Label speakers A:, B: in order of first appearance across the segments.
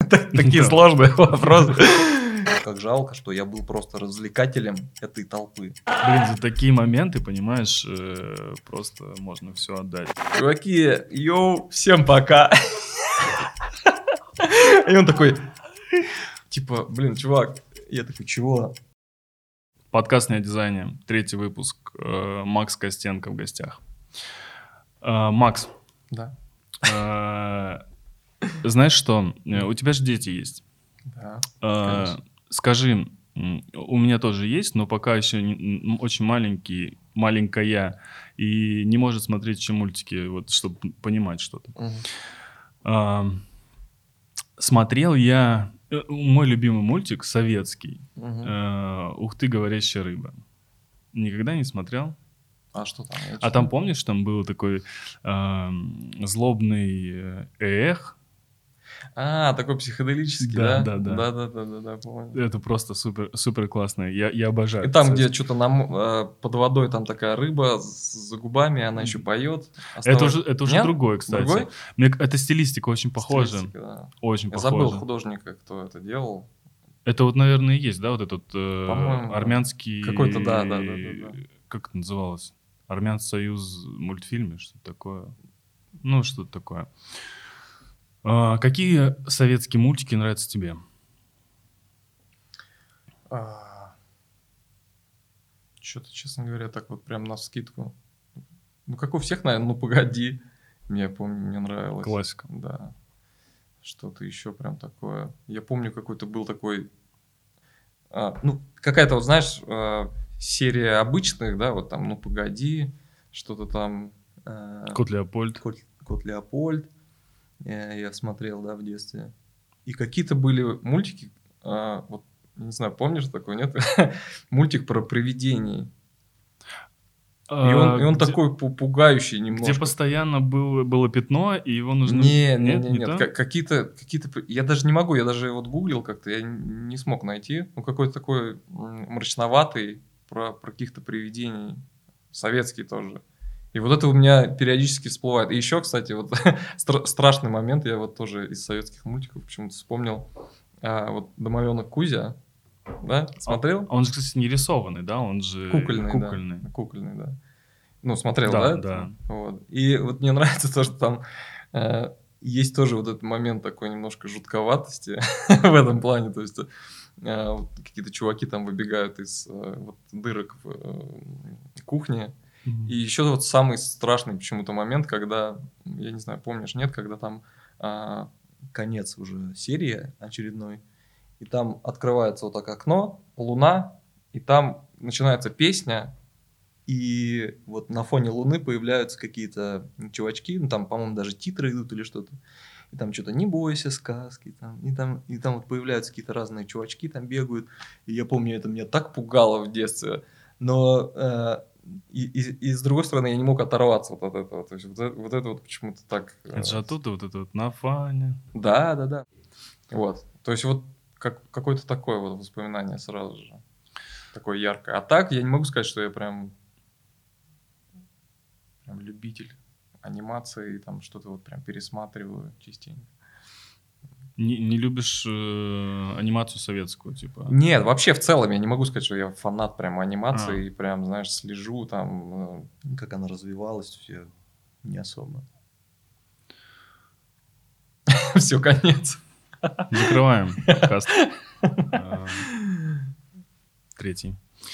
A: Такие сложные вопросы.
B: Как жалко, что я был просто развлекателем этой толпы.
A: Блин, за такие моменты, понимаешь, просто можно все отдать.
B: Чуваки, йоу, всем пока. И он такой, типа, блин, чувак. Я такой, чего?
A: Подкаст «Не о дизайне», 3-й выпуск. Макс Костенко в гостях. Макс.
B: Да.
A: Знаешь что? У тебя же дети есть.
B: Да,
A: конечно. Скажи, у меня тоже есть, но пока еще очень маленькая, и не может смотреть еще мультики, вот, чтобы понимать что-то. Смотрел я мой любимый мультик советский. «Ух ты, говорящая рыба». Никогда не смотрел?
B: А что там?
A: А там, помнишь, там был такой злобный эх?
B: Такой психоделический, да?
A: Да,
B: помню.
A: Это просто супер классно. Я обожаю.
B: И там, где что-то под водой, там такая рыба за губами, она еще поет.
A: Это уже другой, кстати.
B: Другой?
A: Это стилистика очень похожа.
B: Стилистика, да.
A: Очень
B: Я
A: похожа.
B: забыл художника, кто это делал.
A: Это вот, наверное, и есть, да, вот этот
B: По-моему,
A: армянский...
B: Какой-то, да.
A: Как это называлось? Армянсоюз мультфильмы, что-то такое. Ну, что-то такое. Какие советские мультики нравятся тебе?
B: Что-то, честно говоря, так вот прям навскидку. Ну, как у всех, наверное, «Ну, погоди». Я помню, мне нравилось.
A: Классика.
B: Да. Что-то еще прям такое. Я помню, какой-то был такой... какая-то, вот знаешь, серия обычных, да, вот там «Ну, погоди», что-то там...
A: Кот Леопольд.
B: Кот Леопольд. Я смотрел, да, в детстве. И какие-то были мультики, вот, не знаю, помнишь такой, нет? Мультик про привидений. И он такой пугающий немножко.
A: Где постоянно было пятно, и его нужно...
B: Нет. Какие-то... Я даже не могу, я даже вот гуглил как-то, я не смог найти. Ну, какой-то такой мрачноватый про каких-то привидений. Советский тоже. И вот это у меня периодически всплывает. И еще, кстати, вот страшный момент, я вот тоже из советских мультиков почему-то вспомнил. Вот «Домовенок Кузя», да, смотрел?
A: Он же, кстати, не рисованный, да? Он же
B: кукольный. Да. Ну, смотрел, да?
A: Да.
B: Вот. И вот мне нравится то, что там есть тоже вот этот момент такой немножко жутковатости в этом плане. То есть вот какие-то чуваки там выбегают из дырок в кухне. И еще вот самый страшный почему-то момент, когда, я не знаю, помнишь, нет, когда там конец уже серии очередной, и там открывается вот так окно, луна, и там начинается песня, и вот на фоне луны появляются какие-то чувачки, ну там, по-моему, даже титры идут или что-то, и там что-то «Не бойся сказки», и там вот появляются какие-то разные чувачки, там бегают, и я помню, это меня так пугало в детстве, но... И с другой стороны, я не мог оторваться вот от этого. То есть вот это вот почему-то так...
A: Это же оттуда вот это вот на фане.
B: Да. Вот. То есть вот какое-то такое вот воспоминание сразу же. Такое яркое. А так я не могу сказать, что я прям любитель анимации. И там что-то вот прям пересматриваю частенько.
A: Не любишь анимацию советскую, типа?
B: Нет, вообще в целом я не могу сказать, что я фанат прям анимации и прям, знаешь, слежу там, как она развивалась, все не особо. Все, конец.
A: Закрываем подкаст. 3-й.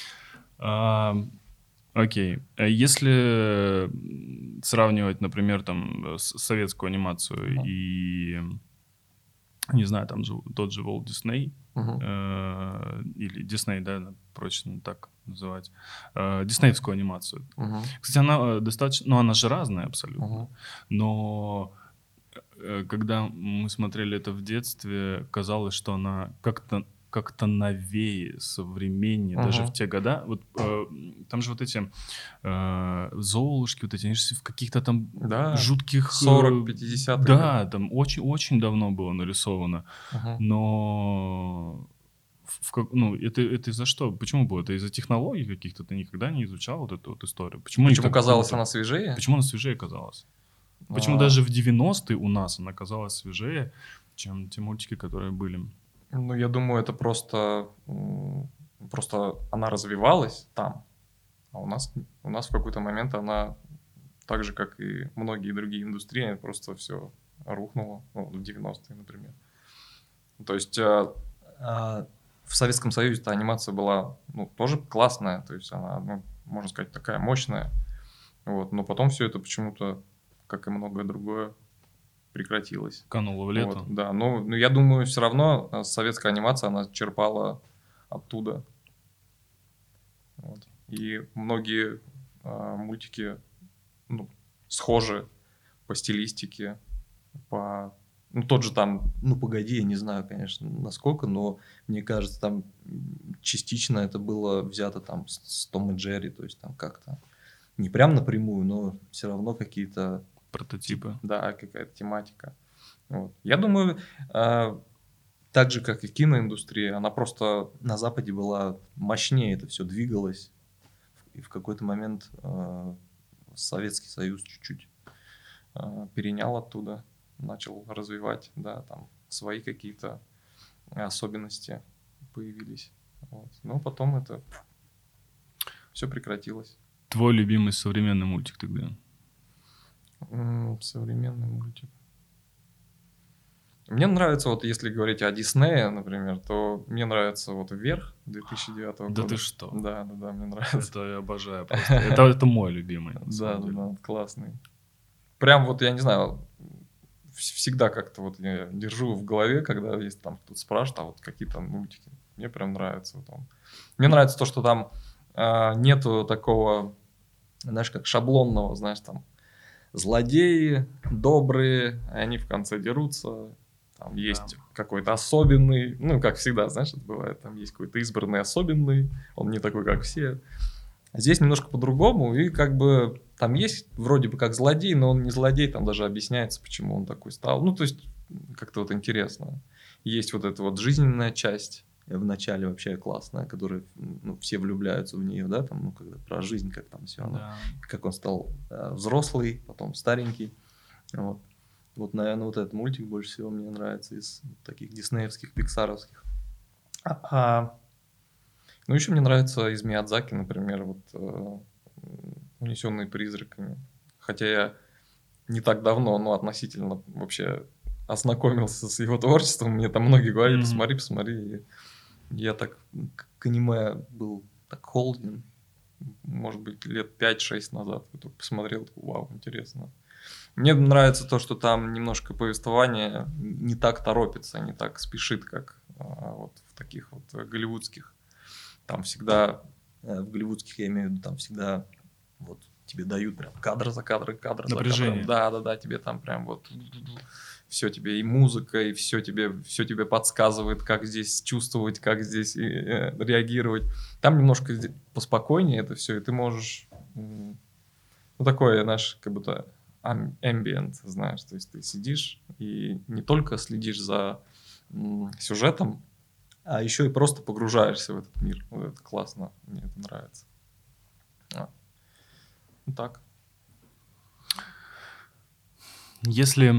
A: Окей. Если сравнивать, например, там советскую анимацию и... Не знаю, там же тот же Walt Disney, или Disney, да, прочно так называть, диснеевскую анимацию. Кстати, она достаточно, ну, она же разная абсолютно, но когда мы смотрели это в детстве, казалось, что она как-то новее, современнее, даже в те года. Вот там же вот эти Золушки, вот эти, они же в каких-то там жутких...
B: 40-50-х.
A: Да, там очень давно было нарисовано. Но... это из-за что? Почему было? Это из-за технологий каких-то? Ты никогда не изучал вот эту вот историю?
B: Почему казалось она свежее?
A: Почему она свежее казалась? Почему даже в 90-е у нас она казалась свежее, чем те мультики, которые были.
B: Ну, я думаю, это просто она развивалась там, а у нас в какой-то момент она, так же, как и многие другие индустрии, просто все рухнуло, ну, в 90-е, например. То есть в Советском Союзе-то анимация была, ну, тоже классная, то есть она, ну, можно сказать, такая мощная, вот, но потом все это почему-то, как и многое другое, прекратилось.
A: Кануло в лету.
B: Вот, да, но я думаю, все равно советская анимация, она черпала оттуда. Вот. И многие мультики, ну, схожи по стилистике, ну, тот же там, ну, погоди, я не знаю, конечно, насколько, но мне кажется, там частично это было взято там с Том и Джерри, то есть там как-то не прям напрямую, но все равно какие-то
A: прототипы.
B: Да, какая-то тематика. Вот. Я думаю, так же, как и киноиндустрия, она просто на Западе была мощнее, это все двигалось. И в какой-то момент Советский Союз чуть-чуть перенял оттуда, начал развивать, да, там свои какие-то особенности появились. Вот. Но потом это все прекратилось.
A: Твой любимый современный мультик тогда?
B: Современный мультик. Мне нравится, вот если говорить о Диснее, например, то мне нравится вот «Вверх» 2009 года.
A: Да ты что?
B: Да, мне нравится.
A: Это я обожаю просто. Это мой любимый.
B: Да, классный. Прям вот, я не знаю, всегда как-то вот я держу в голове, когда если там кто-то спрашивает, а вот какие там мультики. Мне прям нравится. Вот он. Мне нравится то, что там нету такого, знаешь, как шаблонного, знаешь, там злодеи, добрые, они в конце дерутся. Там есть какой-то особенный, ну, как всегда, знаешь, это бывает, там есть какой-то избранный особенный, он не такой, как все. А здесь немножко по-другому, и как бы там есть вроде бы как злодей, но он не злодей, там даже объясняется, почему он такой стал. Ну, то есть, как-то вот интересно. Есть вот эта вот жизненная часть, в начале вообще классная, которая, ну, все влюбляются в нее, да, там, ну, когда про жизнь, как там все, как он стал взрослый, потом старенький, вот. Вот, наверное, вот этот мультик больше всего мне нравится из таких диснеевских, пиксаровских. Ну, еще мне нравится из Миядзаки, например, вот «Унесенные призраками». Хотя я не так давно, но относительно вообще ознакомился с его творчеством. Мне там многие говорили, посмотри. И я так к аниме был так холоден, может быть, лет 5-6 назад. Я только посмотрел, вау, интересно. Мне нравится то, что там немножко повествование не так торопится, не так спешит, как вот в таких вот голливудских. Там всегда, в голливудских я имею в виду, там всегда вот тебе дают прям кадр за кадром.
A: Напряжение.
B: Да, тебе там прям вот все тебе и музыка, и все тебе подсказывает, как здесь чувствовать, как здесь реагировать. Там немножко поспокойнее это все, и ты можешь, ну, такое, знаешь, как будто ambient, знаешь, то есть ты сидишь и не только следишь за сюжетом, а еще и просто погружаешься в этот мир. Вот это классно, мне это нравится. Ну так.
A: Если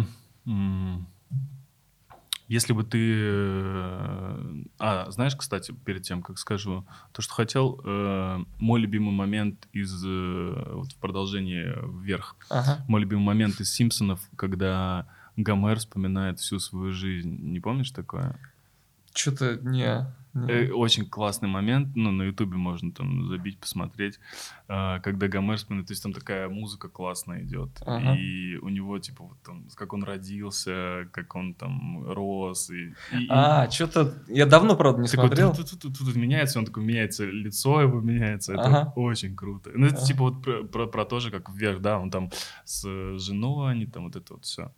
A: бы ты... знаешь, кстати, перед тем, как скажу, то, что хотел, мой любимый момент из... вот в продолжении «Вверх». Мой любимый момент из «Симпсонов», когда Гомер вспоминает всю свою жизнь. Не помнишь такое?
B: Что-то не.
A: Очень классный момент, ну, на Ютубе можно там забить, посмотреть, когда Гомер вспоминает, то есть там такая музыка классная идет, и у него, типа, вот там, как он родился, как он там рос.
B: Что-то... Я давно, правда, не смотрел.
A: Тут меняется, он такой меняется, лицо его меняется, это очень круто. Ну, это типа вот про то же, как «Вверх», да, он там с женой, они там вот это вот все.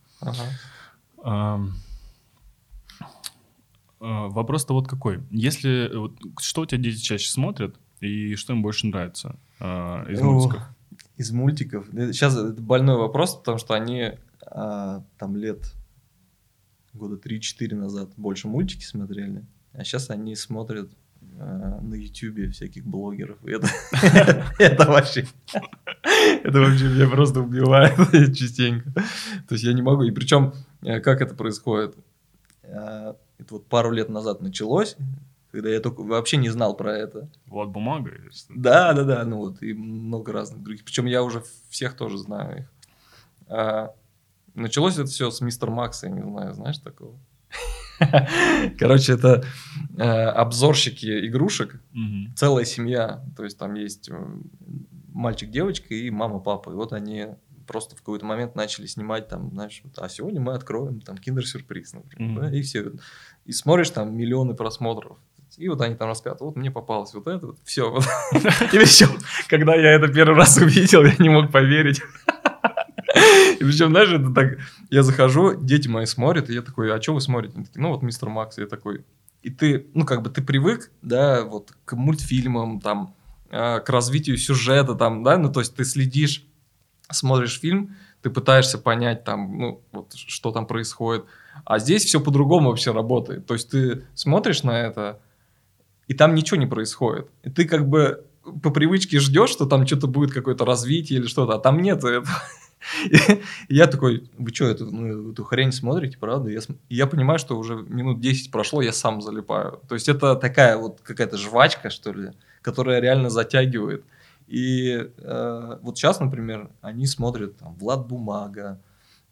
A: Вопрос-то вот какой. Если что у тебя дети чаще смотрят и что им больше нравится из мультиков?
B: Из мультиков? Сейчас это больной вопрос, потому что они там лет года 3-4 назад больше мультики смотрели, а сейчас они смотрят на Ютубе всяких блогеров. И это вообще меня просто убивает частенько. То есть я не могу. И причем, как это происходит? это вот пару лет назад началось, когда я только вообще не знал про это.
A: Влад Бумага?
B: Да, ну вот, и много разных других. Причем я уже всех тоже знаю их. Началось это все с Мистер Макса, я не знаю, знаешь такого? Короче, это обзорщики игрушек, целая семья. То есть там есть мальчик, девочка и мама, папа. И вот они просто в какой-то момент начали снимать там, знаешь, а сегодня мы откроем там киндер-сюрприз, например, да, и все. И смотришь, там миллионы просмотров. И вот они там рассказывают, вот мне попалось вот это, вот, все. Вот. И причем, когда я это первый раз увидел, я не мог поверить. И причем, знаешь, это так, я захожу, дети мои смотрят, и я такой, а что вы смотрите? Они такие, ну вот Мистер Макс, я такой. И ты, ну как бы ты привык, да, вот к мультфильмам, там, к развитию сюжета, там, да, ну то есть ты следишь, смотришь фильм, ты пытаешься понять там, ну вот что там происходит, а здесь все по-другому вообще работает. То есть ты смотришь на это, и там ничего не происходит. И ты как бы по привычке ждешь, что там что-то будет, какое-то развитие или что-то, а там нет этого. И я такой, вы что, эту хрень смотрите, правда? И я понимаю, что уже минут 10 прошло, я сам залипаю. То есть это такая вот какая-то жвачка, что ли, которая реально затягивает. И вот сейчас, например, они смотрят там, Влад Бумага,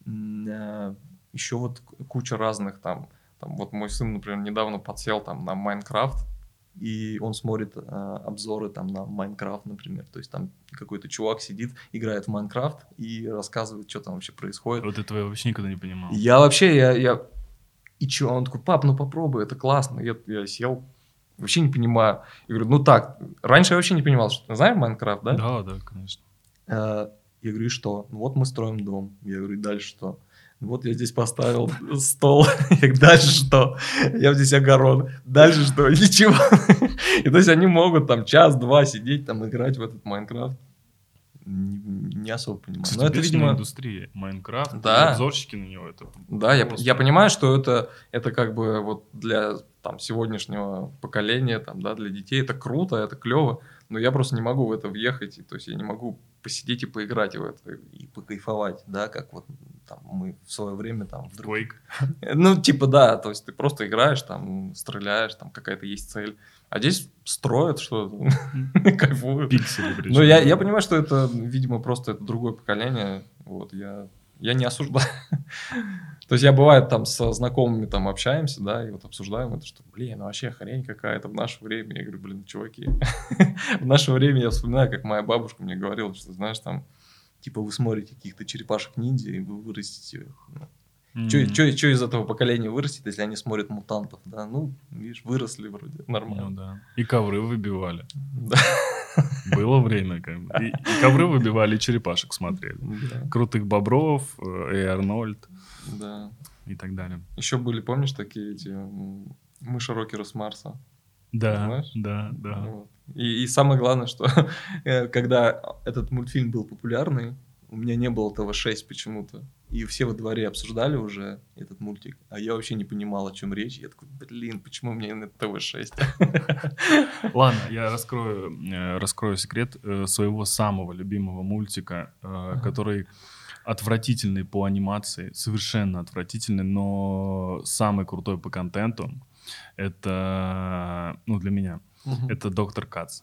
B: еще вот куча разных там. Вот мой сын, например, недавно подсел там на Майнкрафт, и он смотрит обзоры там на Майнкрафт, например. То есть там какой-то чувак сидит, играет в Майнкрафт и рассказывает, что там вообще происходит.
A: Вот этого я вообще никогда не понимал.
B: Я вообще, И что? Он такой, пап, ну попробуй, это классно. Я сел, вообще не понимаю. Я говорю, ну так, раньше я вообще не понимал, что... Знаешь Майнкрафт, да?
A: Да, конечно.
B: Я говорю, и что? Ну вот мы строим дом. Я говорю, дальше что? Вот я здесь поставил стол. Дальше что? Я здесь огород. Дальше что? Ничего. И то есть они могут там час-два сидеть, там играть в этот Майнкрафт. Не особо понимаю.
A: Кстати, но это, видимо, индустрия. Майнкрафт,
B: да.
A: Обзорщики на него. Это
B: да, я понимаю, что это как бы вот для там, сегодняшнего поколения, там, да, для детей это круто, это клево, но я просто не могу в это въехать. То есть я не могу посидеть и поиграть в это, и покайфовать, да, как вот там, мы в свое время там...
A: Quake.
B: Ну, типа, да, то есть ты просто играешь, там, стреляешь, там какая-то есть цель. А здесь строят что-то, кайфуют.
A: Пиксели.
B: Ну, я понимаю, что это, видимо, просто это другое поколение. Вот, я не осуждаю. То есть я, бывает, там со знакомыми там общаемся, да, и вот обсуждаем это, что, блин, ну вообще хрень какая-то в наше время. Я говорю, блин, чуваки, в наше время я вспоминаю, как моя бабушка мне говорила, что, знаешь, там, типа, вы смотрите каких-то черепашек-ниндзя, и вы вырастите их. Что из этого поколения вырастет, если они смотрят мутантов, да? Ну, видишь, выросли вроде, нормально.
A: Ну, да. И ковры выбивали.
B: Да.
A: Было время, как бы. И ковры выбивали, и черепашек смотрели. Да. Крутых бобров, Арнольд.
B: Да.
A: И так далее.
B: Еще были, помнишь, такие эти мыши-рокеры с Марса?
A: Да,
B: знаешь?
A: Да.
B: Вот. И самое главное, что когда этот мультфильм был популярный, у меня не было ТВ-6 почему-то. И все во дворе обсуждали уже этот мультик. А я вообще не понимал, о чем речь. Я такой, блин, почему у меня нет ТВ-6?
A: Ладно, я раскрою секрет своего самого любимого мультика, который отвратительный по анимации, совершенно отвратительный, но самый крутой по контенту. Это, ну, для меня, это «Доктор Кац».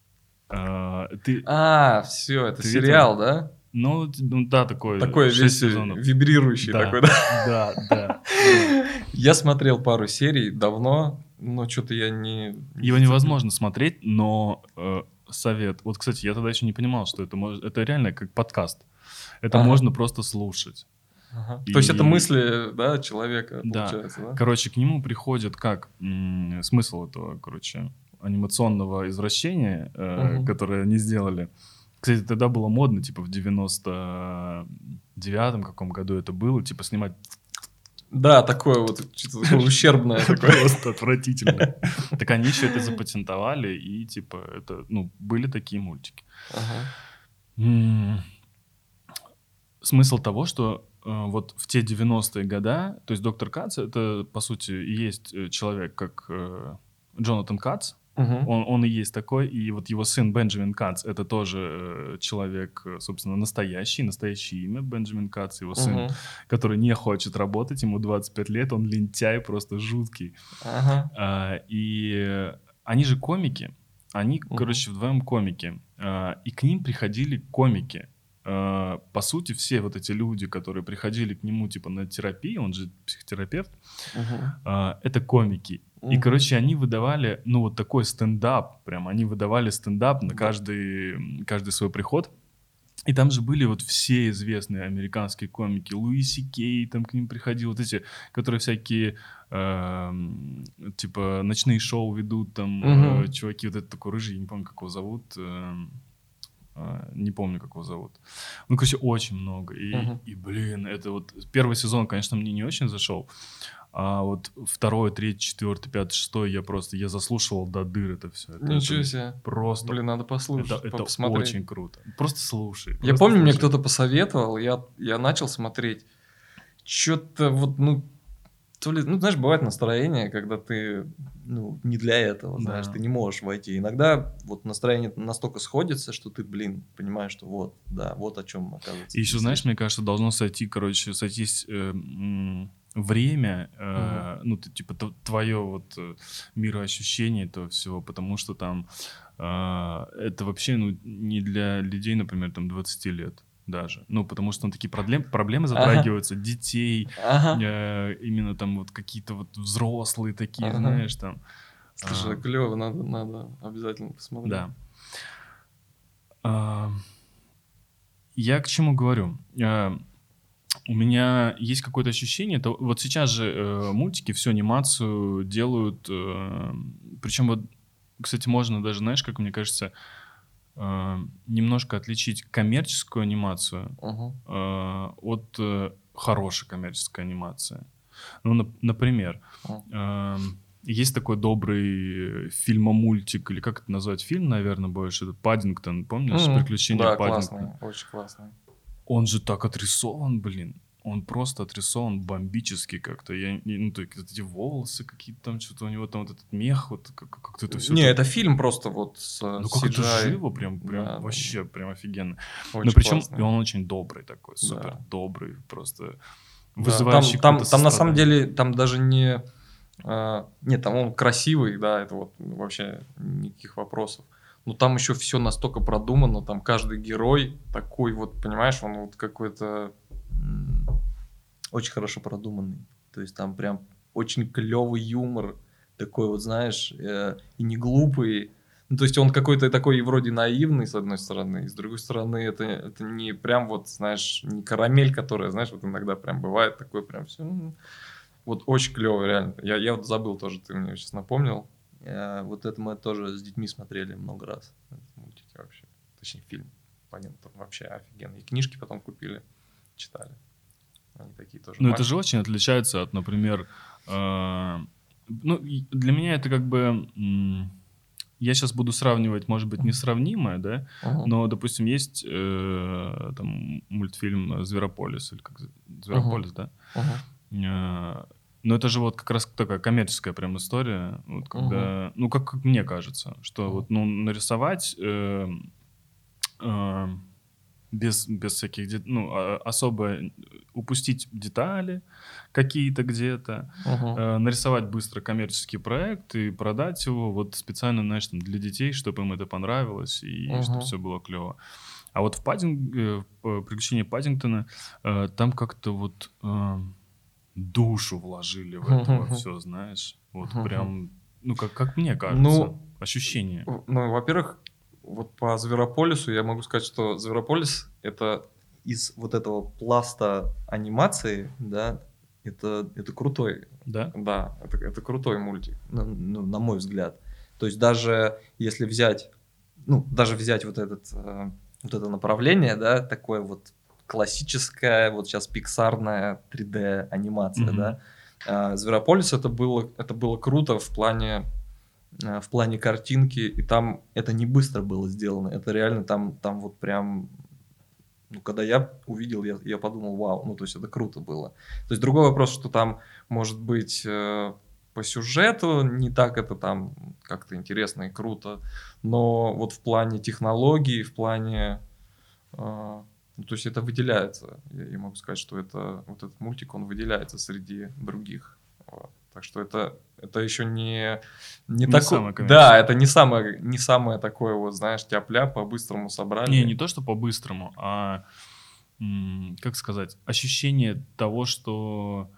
B: Все, это сериал, видел? Да?
A: Ну, да, такой
B: 6 сезонов. Вибрирующий такой,
A: да? Да.
B: Я смотрел пару серий давно, но что-то я не...
A: Его невозможно смотреть, но совет... Вот, кстати, я тогда еще не понимал, что это реально как подкаст. Это можно просто слушать.
B: То есть это мысли, да, человека, получается, да?
A: Короче, к нему приходит как смысл этого, анимационного извращения, которое они сделали. Кстати, тогда было модно, типа в 99-м каком году это было, типа снимать...
B: Да, такое вот, что-то такое ущербное.
A: Просто отвратительно. Так они еще это запатентовали, и типа это, ну, были такие мультики. Смысл того, что вот в те 90-е годы, то есть доктор Кац, это, по сути, и есть человек, как Джонатан Кац, Он и есть такой, и вот его сын Бенджамин Кац, это тоже человек, собственно, настоящее имя Бенджамин Кац, его сын, который не хочет работать, ему 25 лет, он лентяй просто жуткий. И они же комики, они, короче, вдвоем комики, и к ним приходили комики. По сути, все вот эти люди, которые приходили к нему, типа, на терапию, он же психотерапевт, это комики. И, короче, они выдавали, ну, вот такой стендап, прям, они выдавали стендап на каждый свой приход. И там же были вот все известные американские комики, Луи Си Кей там к ним приходил, вот эти, которые всякие, типа, ночные шоу ведут, там, чуваки, вот этот такой рыжий, я не помню, как его зовут, не помню, как его зовут. Ну, короче, очень много. И, блин, это вот первый сезон, конечно, мне не очень зашел. А вот 2, 3, 4, 5, 6 я заслушивал до дыр это все.
B: Ничего себе.
A: Просто.
B: Блин, надо послушать,
A: это очень круто. Просто слушай.
B: Я помню, мне кто-то посоветовал, я начал смотреть. Что-то вот, ну, то ли, ну, знаешь, бывает настроение, когда ты, ну, не для этого, знаешь, ты не можешь войти. Иногда вот настроение настолько сходится, что ты, блин, понимаешь, что вот, да, вот о чем оказывается.
A: И еще, знаешь, мне кажется, должно сойтись время, ну, ты, типа, твое вот мироощущение этого всего, потому что там это вообще, ну, не для людей, например, там, 20 лет. Даже. Ну, потому что там такие проблемы затрагиваются, детей, именно там вот какие-то вот взрослые такие, знаешь, там.
B: Слушай, клево, надо обязательно посмотреть.
A: Да. Я к чему говорю? У меня есть какое-то ощущение, вот сейчас же мультики, всю анимацию делают, причем вот, кстати, можно даже, знаешь, как мне кажется, немножко отличить коммерческую анимацию от хорошей коммерческой анимации. Ну, например, есть такой добрый фильмомультик, или как это назвать, фильм, наверное, больше, это «Паддингтон», помнишь? «Приключения Паддингтона».
B: Классный, очень классный.
A: Он же так отрисован, блин. Он просто отрисован бомбически как-то. Ну, то есть эти волосы какие-то там, что-то у него там вот этот мех, вот как-то это все.
B: Не, это фильм просто вот с
A: ну, как это живо, прям
B: да,
A: вообще прям офигенно.
B: Очень
A: но причем
B: классный.
A: он очень добрый такой, супер добрый, просто
B: вызывающий. Там на самом деле, там даже не... нет, там он красивый, да, это вот вообще никаких вопросов. Но там еще все настолько продумано, там каждый герой такой вот, понимаешь, он вот какой-то очень хорошо продуманный. То есть там прям очень клевый юмор, такой вот, знаешь, и не глупый. Ну, то есть он какой-то такой вроде наивный, с одной стороны, и с другой стороны это не прям вот, знаешь, не карамель, которая, знаешь, вот иногда прям бывает такое прям все. Вот очень клево, реально. Я вот забыл тоже, ты мне сейчас напомнил. Вот это мы тоже с детьми смотрели много раз. Мультики вообще. Точнее, фильм. Понятно, вообще офигенно. И книжки потом купили, читали. Они такие тоже.
A: Ну, это же очень отличается от, например... ну, для меня это как бы... я сейчас буду сравнивать, может быть, несравнимое, да? Но, допустим, есть там мультфильм «Зверополис». Или как... «Зверополис», да? Но это же вот как раз такая коммерческая прям история, вот когда, ну, как мне кажется, что вот, ну, нарисовать без всяких, ну, особо упустить детали какие-то где-то, нарисовать быстро коммерческий проект и продать его вот специально, знаешь, там, для детей, чтобы им это понравилось и чтобы все было клево. А вот в «Приключения Паддингтона» там как-то вот... душу вложили в это все, знаешь. Вот прям, ну, как мне кажется, ну, ощущение.
B: Ну, во-первых, вот по «Зверополису» я могу сказать, что «Зверополис» — это из вот этого пласта анимации, да, это крутой.
A: Да?
B: Да, это крутой мультик, ну, на мой взгляд. То есть даже если взять, ну, вот это направление, да, такое вот классическая, вот сейчас пиксарная 3D-анимация, да. «Зверополис» это было круто в плане картинки, и там это не быстро было сделано, это реально там вот прям, ну, когда я увидел, я подумал, вау, ну, то есть это круто было. То есть другой вопрос, что там, может быть, по сюжету не так это там как-то интересно и круто. Но вот в плане технологий, в плане... то есть это выделяется. Я могу сказать, что вот этот мультик, он выделяется среди других. Вот. Так что это еще не такое... Да, это не самое такое, вот, знаешь, тяп-ляп, по-быстрому собрали.
A: Не то, что по-быстрому, а, как сказать, ощущение того, что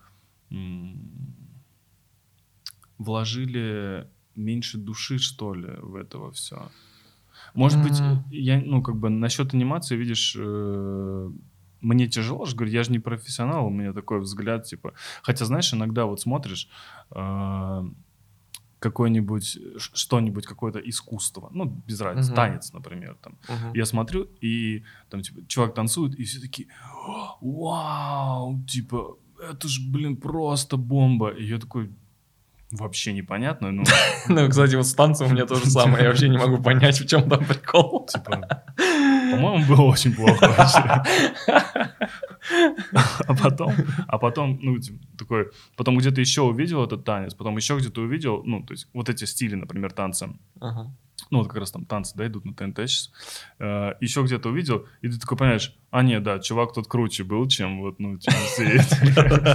A: вложили меньше души, что ли, в это все. Может быть, я, насчет анимации, видишь, мне тяжело, говорю, я же не профессионал, у меня такой взгляд, типа... Хотя, знаешь, иногда вот смотришь что-нибудь, какое-то искусство, без разницы, танец, например, там. Я смотрю, и там, типа, чувак танцует, и все такие, вау, типа, это ж, просто бомба. И я такой... Вообще непонятно, но...
B: Ну, кстати, вот с танцем у меня то же самое. Я вообще не могу понять, в чем там прикол.
A: Типа, по-моему, было очень плохо вообще. А потом, такой... Потом где-то еще увидел этот танец, потом еще где-то увидел, то есть вот эти стили, например, танца. Вот как раз там танцы, да, идут на ТНТ сейчас. Еще где-то увидел, и ты такой понимаешь, нет, да, чувак тут круче был, чем чем все эти.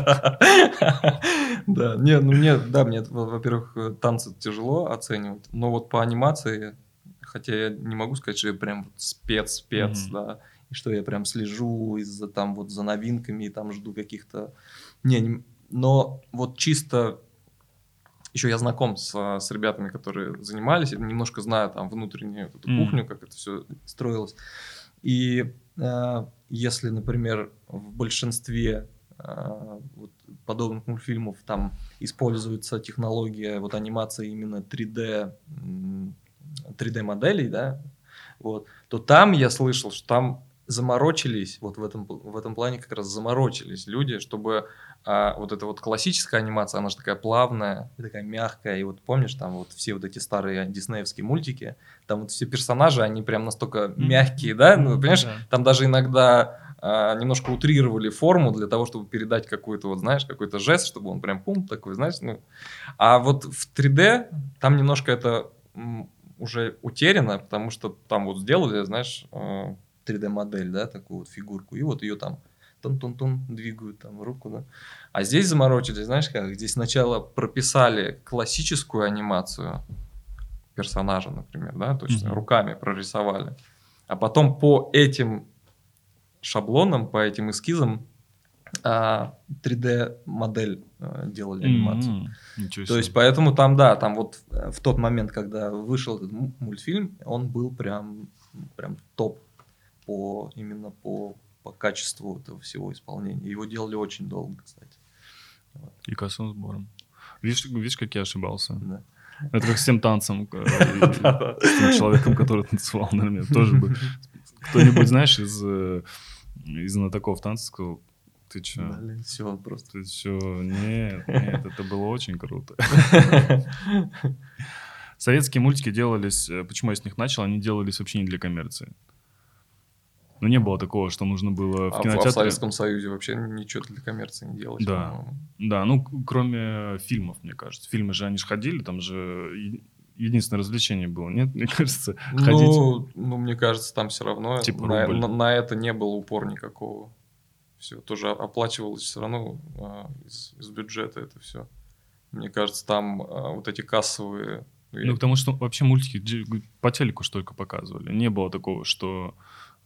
B: Да, мне, во-первых, танцы тяжело оценивать, но вот по анимации, хотя я не могу сказать, что я прям спец, да, и что я прям слежу за новинками и там жду каких-то... но вот чисто... Еще я знаком с ребятами, которые занимались, я немножко знаю там внутреннюю эту кухню, как это все строилось. И если, например, в большинстве подобных мультфильмов там используется технология анимации именно 3D-моделей, да, то там я слышал, что там заморочились, в этом плане как раз заморочились люди, чтобы эта классическая анимация, она же такая плавная, такая мягкая, и помнишь, там все эти старые диснеевские мультики, там все персонажи, они прям настолько мягкие, да, понимаешь, там даже иногда немножко утрировали форму для того, чтобы передать какой-то, какой-то жест, чтобы он прям пум такой, знаешь, а вот в 3D там немножко это уже утеряно, потому что там сделали, знаешь, 3D-модель, да, такую фигурку, и ее там тун-тун-тун двигают там руку, да. А здесь заморочились, знаешь как? Здесь сначала прописали классическую анимацию персонажа, например, да, то есть руками прорисовали, а потом по этим шаблонам, по этим эскизам 3D-модель делали анимацию. То есть поэтому там, да, там в тот момент, когда вышел этот мультфильм, он был прям топ именно по качеству этого всего исполнения. Его делали очень долго, кстати.
A: И кассовым сбором. Видишь, как я ошибался? Да. Это как с тем танцем, с тем человеком, который танцевал, наверное, тоже бы. Кто-нибудь, знаешь, из знатоков танца сказал, ты чё?
B: Все просто.
A: Ты чё? Нет, это было очень круто. Советские мультики делались, почему я с них начал, они делались вообще не для коммерции. Не было такого, что нужно было в кинотеатре...
B: А в Советском Союзе вообще ничего для коммерции не делалось,
A: по-моему. Да, кроме фильмов, мне кажется. Фильмы же, они же ходили, там же единственное развлечение было, нет? Мне кажется, ходить...
B: мне кажется, там все равно
A: типа
B: на это не было упора никакого. Все тоже оплачивалось все равно из бюджета это все. Мне кажется, там эти кассовые...
A: потому что вообще мультики по телеку ж только показывали. Не было такого, что...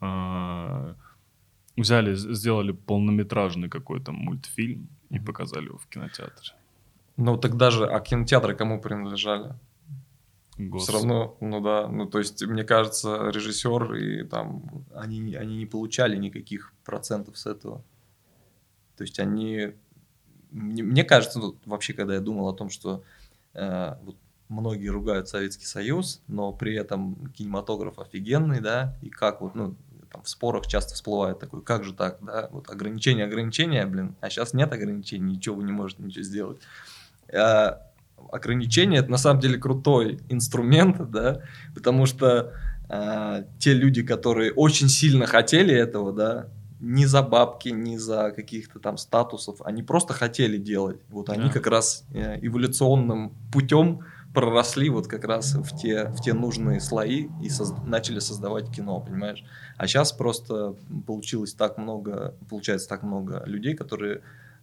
A: взяли, сделали полнометражный какой-то мультфильм и показали его в кинотеатре.
B: Тогда же, а кинотеатры кому принадлежали? Все равно, то есть, мне кажется, режиссер и там... Они не получали никаких процентов с этого. То есть, они... Мне кажется, вообще, когда я думал о том, что многие ругают Советский Союз, но при этом кинематограф офигенный, да, и как там в спорах часто всплывает такой, как же так, да, ограничения, а сейчас нет ограничений, ничего вы не можете ничего сделать. Ограничения — это на самом деле крутой инструмент, да, потому что те люди, которые очень сильно хотели этого, да, ни за бабки, ни за каких-то там статусов, они просто хотели делать. Они как раз эволюционным путем проросли вот как раз в те нужные слои и начали создавать кино, понимаешь? А сейчас просто получается так много людей, которые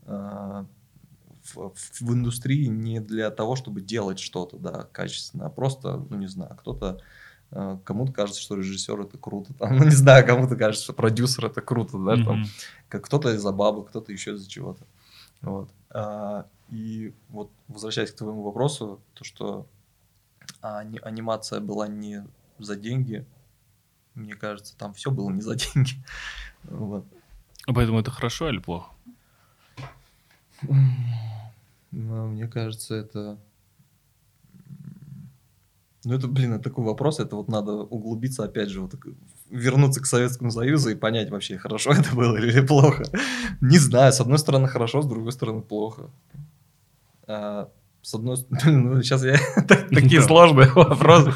B: в индустрии не для того, чтобы делать что-то, да, качественно, а просто, ну, не знаю, кому-то кажется, что режиссер это круто, там, ну, не знаю, кому-то кажется, что продюсер это круто, да, там, как кто-то из-за бабок, кто-то еще из-за чего-то. Вот. И вот, возвращаясь к твоему вопросу, то, что анимация была не за деньги, мне кажется, там все было не за деньги. Вот.
A: Поэтому это хорошо или плохо?
B: Мне кажется, это... Ну, это, это такой вопрос, это вот надо углубиться, опять же, вот вернуться к Советскому Союзу и понять вообще, хорошо это было или плохо. Не знаю, с одной стороны хорошо, с другой стороны плохо. С одной стороны, сейчас я... Такие сложные вопросы.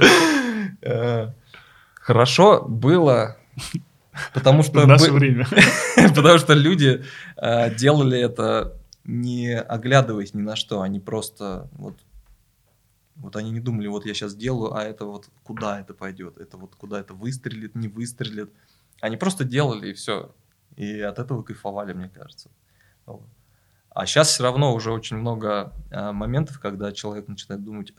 B: Хорошо было, потому что...
A: В наше время.
B: Потому что люди делали это, не оглядываясь ни на что, они просто... Вот они не думали, вот я сейчас делаю, а это вот куда это пойдет, это вот куда это выстрелит, не выстрелит. Они просто делали и все. И от этого кайфовали, мне кажется. Вот. А сейчас все равно уже очень много моментов, когда человек начинает думать,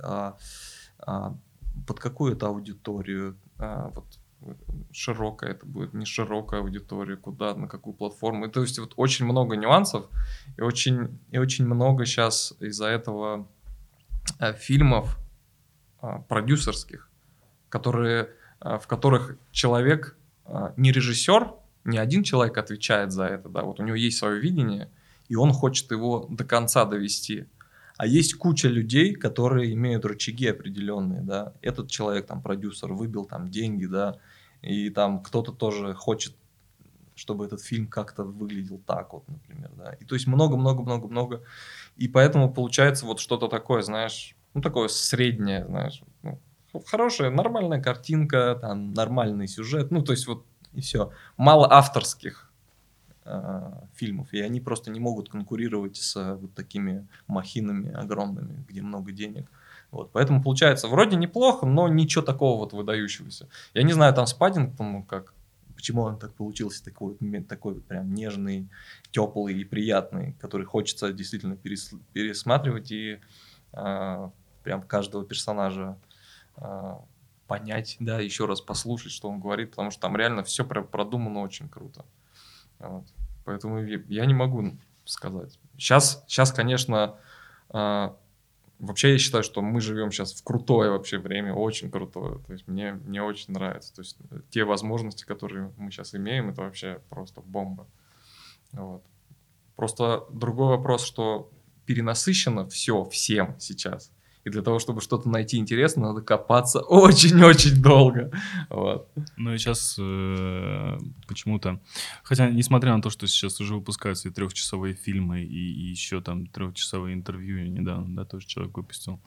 B: под какую это аудиторию, вот широкая это будет, не широкая аудитория, куда, на какую платформу. И, то есть вот очень много нюансов, и очень много сейчас из-за этого фильмов продюсерских, в которых человек, не режиссер, не один человек отвечает за это, да, вот у него есть свое видение, и он хочет его до конца довести. А есть куча людей, которые имеют рычаги определенные, да. Этот человек, там, продюсер, выбил там деньги, да, и там кто-то тоже хочет, чтобы этот фильм как-то выглядел так вот, например, да. И то есть много. И поэтому получается вот что-то такое, знаешь, ну, такое среднее, знаешь, ну, хорошая, нормальная картинка, там, нормальный сюжет, ну, то есть вот и все. Мало авторских фильмов, и они просто не могут конкурировать с вот такими махинами огромными, где много денег. Вот, поэтому получается вроде неплохо, но ничего такого вот выдающегося. Я не знаю, там с Паддингтоном почему он так получился, такой прям нежный, теплый и приятный, который хочется действительно пересматривать и прям каждого персонажа понять, да, еще раз послушать, что он говорит, потому что там реально все прям продумано очень круто. Вот. Поэтому я не могу сказать. Сейчас, конечно, вообще я считаю, что мы живем сейчас в крутое вообще время, очень крутое. То есть мне очень нравится. То есть те возможности, которые мы сейчас имеем, это вообще просто бомба. Вот. Просто другой вопрос, что перенасыщено все всем сейчас. И для того, чтобы что-то найти интересное, надо копаться очень-очень долго. Вот.
A: Ну и сейчас почему-то... Хотя, несмотря на то, что сейчас уже выпускаются и 3-часовые фильмы, и еще там 3-часовые интервью, недавно, да, тоже человек выпустил.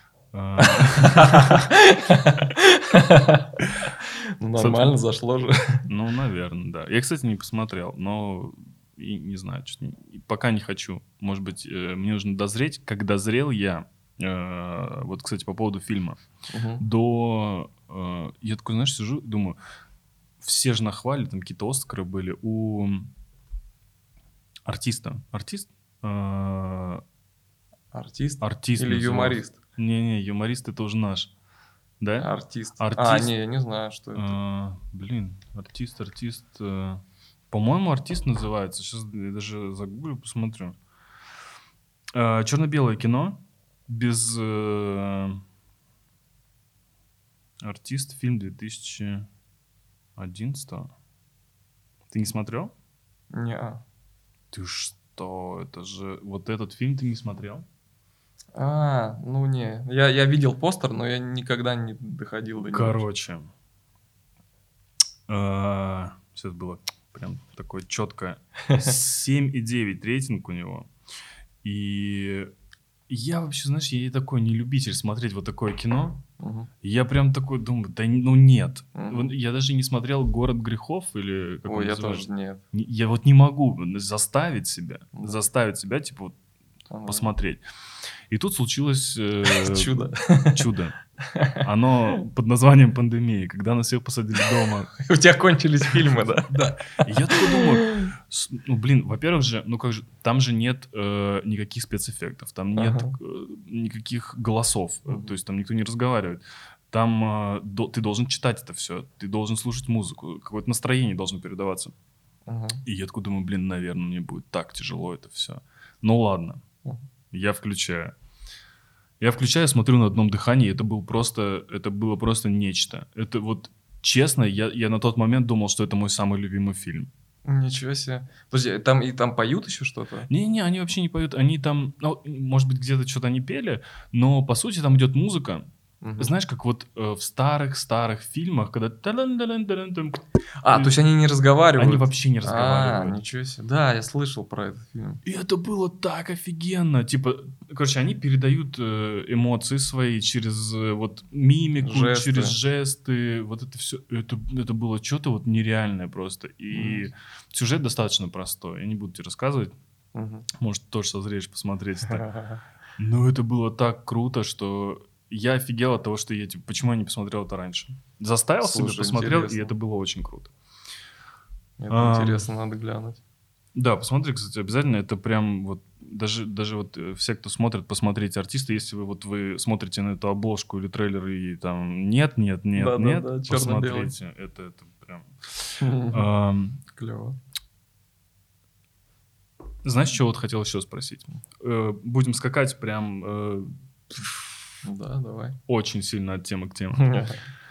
B: Нормально зашло же.
A: Ну, наверное, да. Я, кстати, не посмотрел, но не знаю, пока не хочу. Может быть, мне нужно дозреть. Как дозрел я, вот, кстати, по поводу фильма, я такой, знаешь, сижу, думаю, все же нахвалили, там какие-то Оскары были у артиста. Артист?
B: Артист или юморист?
A: Не, юморист это уже наш. Да?
B: Артист. Не, я не знаю, что это.
A: Блин, артист. По-моему, артист называется. Сейчас я даже загуглю, посмотрю. Черно-белое кино. Без артист, фильм 2011. Ты не смотрел?
B: Не.
A: Ты что? Это же... Вот этот фильм ты не смотрел?
B: Ну не. Я видел постер, но я никогда не доходил до него.
A: Короче. Сейчас было прям такое четкое. 7,9 рейтинг у него. И... Я вообще, знаешь, я такой не любитель смотреть вот такое кино. Я прям такой думаю, да ну нет. Я даже не смотрел «Город грехов» или как он
B: я
A: называется.
B: тоже нет.
A: Я вот не могу заставить себя, типа вот посмотреть. И тут случилось...
B: Чудо.
A: Чудо. Оно под названием «Пандемия», когда нас всех посадили дома.
B: У тебя кончились фильмы, да?
A: Да. И я такой думаю, ну, блин, во-первых же, ну как же, там же нет никаких спецэффектов, там нет никаких голосов, то есть там никто не разговаривает. Там ты должен читать это все, ты должен слушать музыку, какое-то настроение должно передаваться. И я такой думаю, блин, наверное, мне будет так тяжело это все. Ну ладно, я включаю. Я включаю, смотрю на одном дыхании, это было просто нечто. Это вот, честно, я на тот момент думал, что это мой самый любимый фильм.
B: Ничего себе. Подожди, там поют еще что-то?
A: Не-не, они вообще не поют, они там, ну, может быть, где-то что-то они пели, но, по сути, там идет музыка. Знаешь, как вот в старых фильмах, когда...
B: То есть они не разговаривают?
A: Они вообще не разговаривают.
B: Ничего себе. Да, я слышал про этот фильм.
A: И это было так офигенно. Типа, короче, они передают эмоции свои через вот мимику, через жесты. Вот это все. Это было что-то вот нереальное просто. И сюжет достаточно простой. Я не буду тебе рассказывать. Может, тоже созреешь посмотреть это. Но это было так круто, что... Я офигел от того, что я, типа, почему я не посмотрел это раньше. Заставил себя, посмотрел, и это было очень круто.
B: Это интересно, надо глянуть.
A: Да, посмотри, кстати, обязательно. Это прям вот, даже вот все, кто смотрит, посмотрите артиста, если вы смотрите на эту обложку или трейлер, и там нет, посмотрите. Это прям...
B: Клево.
A: Знаешь, что вот хотел еще спросить? Будем скакать прям...
B: Да, давай.
A: Очень сильно от темы к теме.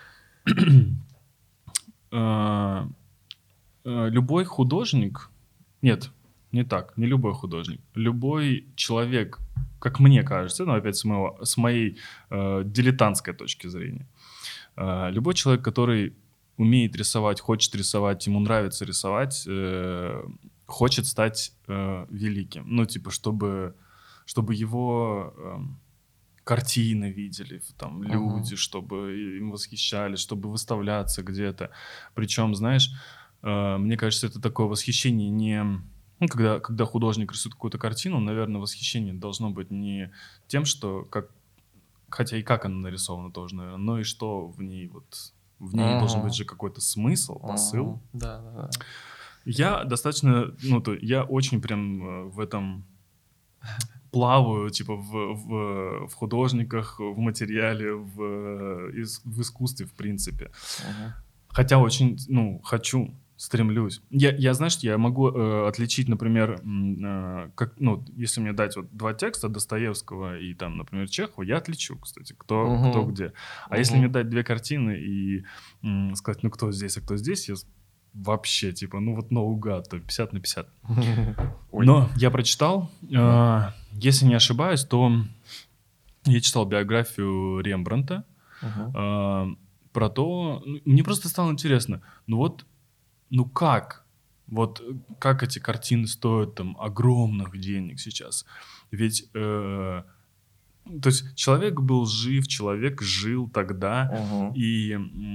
A: Любой художник... Нет, не так. Не любой художник. Любой человек, как мне кажется, но опять с моей дилетантской точки зрения. Любой человек, который умеет рисовать, хочет рисовать, ему нравится рисовать, хочет стать великим. Ну, типа, чтобы его... картины видели там люди, чтобы им восхищались, чтобы выставляться где-то. Причем, знаешь, мне кажется, это такое восхищение не... Ну, когда художник рисует какую-то картину, наверное, восхищение должно быть не тем, что... Хотя и как она нарисована тоже, наверное, но и что в ней вот... В ней должен быть же какой-то смысл, посыл.
B: Да.
A: Я достаточно... Ну, я очень прям в этом... плаваю, типа, в художниках, в материале, в искусстве, в принципе. Хотя очень, хочу, стремлюсь. Я знаешь, я могу отличить, например, если мне дать вот два текста Достоевского и там, например, Чехова, я отличу, кстати, кто где. А если мне дать две картины и сказать, кто здесь, а кто здесь, я вообще, типа, наугад, то 50 на 50. Но я прочитал, если не ошибаюсь, то я читал биографию Рембрандта про то... Мне просто стало интересно, как эти картины стоят там огромных денег сейчас? Ведь... то есть человек был жив, человек жил тогда, и...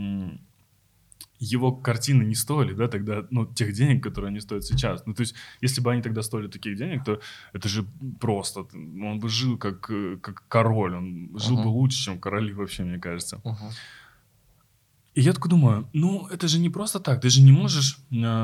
A: его картины не стоили, да, тогда, тех денег, которые они стоят сейчас. То есть, если бы они тогда стоили таких денег, то это же просто... Он бы жил как король, он жил бы лучше, чем короли вообще, мне кажется. И я такой думаю, это же не просто так, ты же не можешь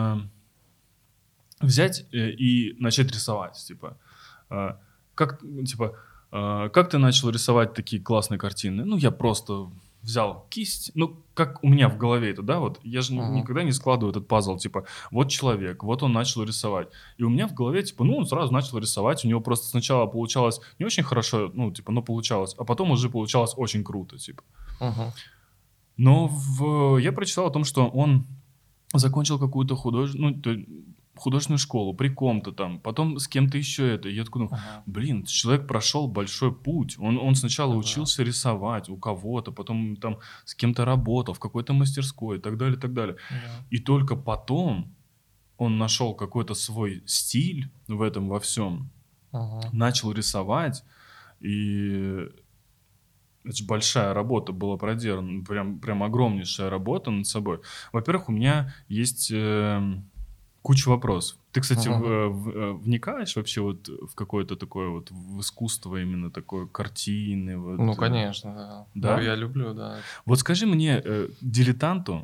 A: взять и начать рисовать, типа. Как ты начал рисовать такие классные картины? Я просто... взял кисть, как у меня в голове это, да, вот, я же никогда не складываю этот пазл, типа, вот человек, вот он начал рисовать, и у меня в голове, типа, он сразу начал рисовать, у него просто сначала получалось не очень хорошо, но получалось, а потом уже получалось очень круто, типа. Но я прочитал о том, что он закончил какую-то художественную школу при ком-то там, потом с кем-то еще это. И я такой думаю, человек прошел большой путь. Он сначала учился рисовать у кого-то, потом там с кем-то работал в какой-то мастерской и так далее, и так далее. И только потом он нашел какой-то свой стиль в этом во всем, начал рисовать, и это же большая работа была проделана, прям огромнейшая работа над собой. Во-первых, у меня есть... Куча вопросов. Ты, кстати,
B: Ага.
A: вникаешь вообще вот в какое-то такое вот в искусство именно такое картины, вот,
B: Ну, конечно, да. Ну,
A: да?
B: я люблю, да.
A: Вот скажи мне, дилетанту,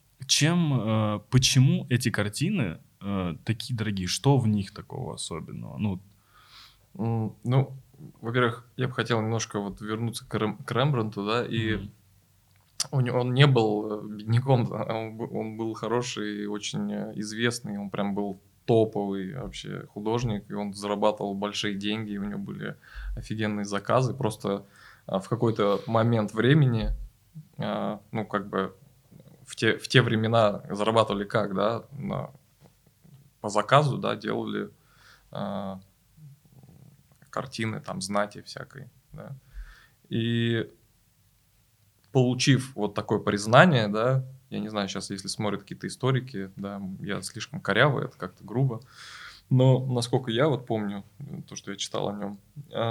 A: почему эти картины такие дорогие? Что в них такого особенного? Ну,
B: Ну, во-первых, я бы хотел немножко вот вернуться к Рембрандту, да, и
A: мгм.
B: он не был бедняком, да, он был хороший, очень известный, он прям был топовый вообще художник, и он зарабатывал большие деньги, и у него были офигенные заказы. Просто в какой-то момент времени, ну, как бы в те времена зарабатывали как, да, по заказу, да, делали а, картины, там, знати всякой, да. И получив вот такое признание, да, я не знаю, сейчас, если смотрят какие-то историки, да, я слишком корявый, это как-то грубо, но насколько я вот помню, то, что я читал о нем,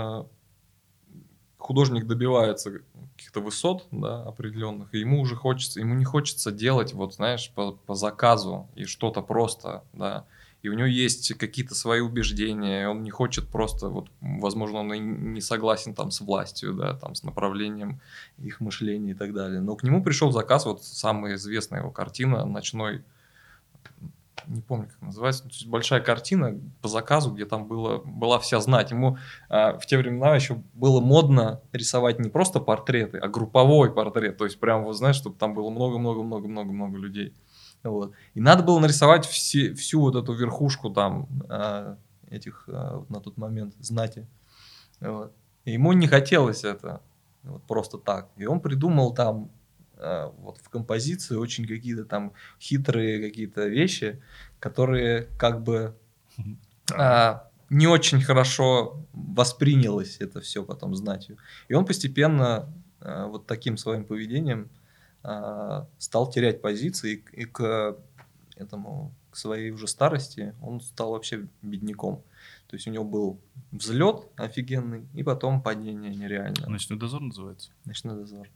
B: художник добивается каких-то высот, да, определенных, и ему уже хочется, ему не хочется делать, вот, знаешь, по заказу и что-то просто, да, и у него есть какие-то свои убеждения, и он не хочет просто, вот, возможно, он и не согласен там с властью, да, там, с направлением их мышления и так далее, но к нему пришел заказ, вот, самая известная его картина «Ночной», не помню, как называется, то есть большая картина по заказу, где там была вся знать. Ему в те времена еще было модно рисовать не просто портреты, а групповой портрет. То есть прям, вот знаешь, чтобы там было много-много-много-много-много людей. Вот. И надо было нарисовать всю вот эту верхушку там этих на тот момент знати. Вот. И ему не хотелось это вот просто так. И он придумал там вот в композиции очень какие-то там хитрые какие-то вещи, которые как бы
A: Так.
B: не очень хорошо воспринялось это все потом знатью. И он постепенно вот таким своим поведением стал терять позиции и к этому, к своей уже старости он стал вообще бедняком. То есть у него был взлет офигенный и потом падение нереальное.
A: «Ночной дозор» называется.
B: Ночной дозор.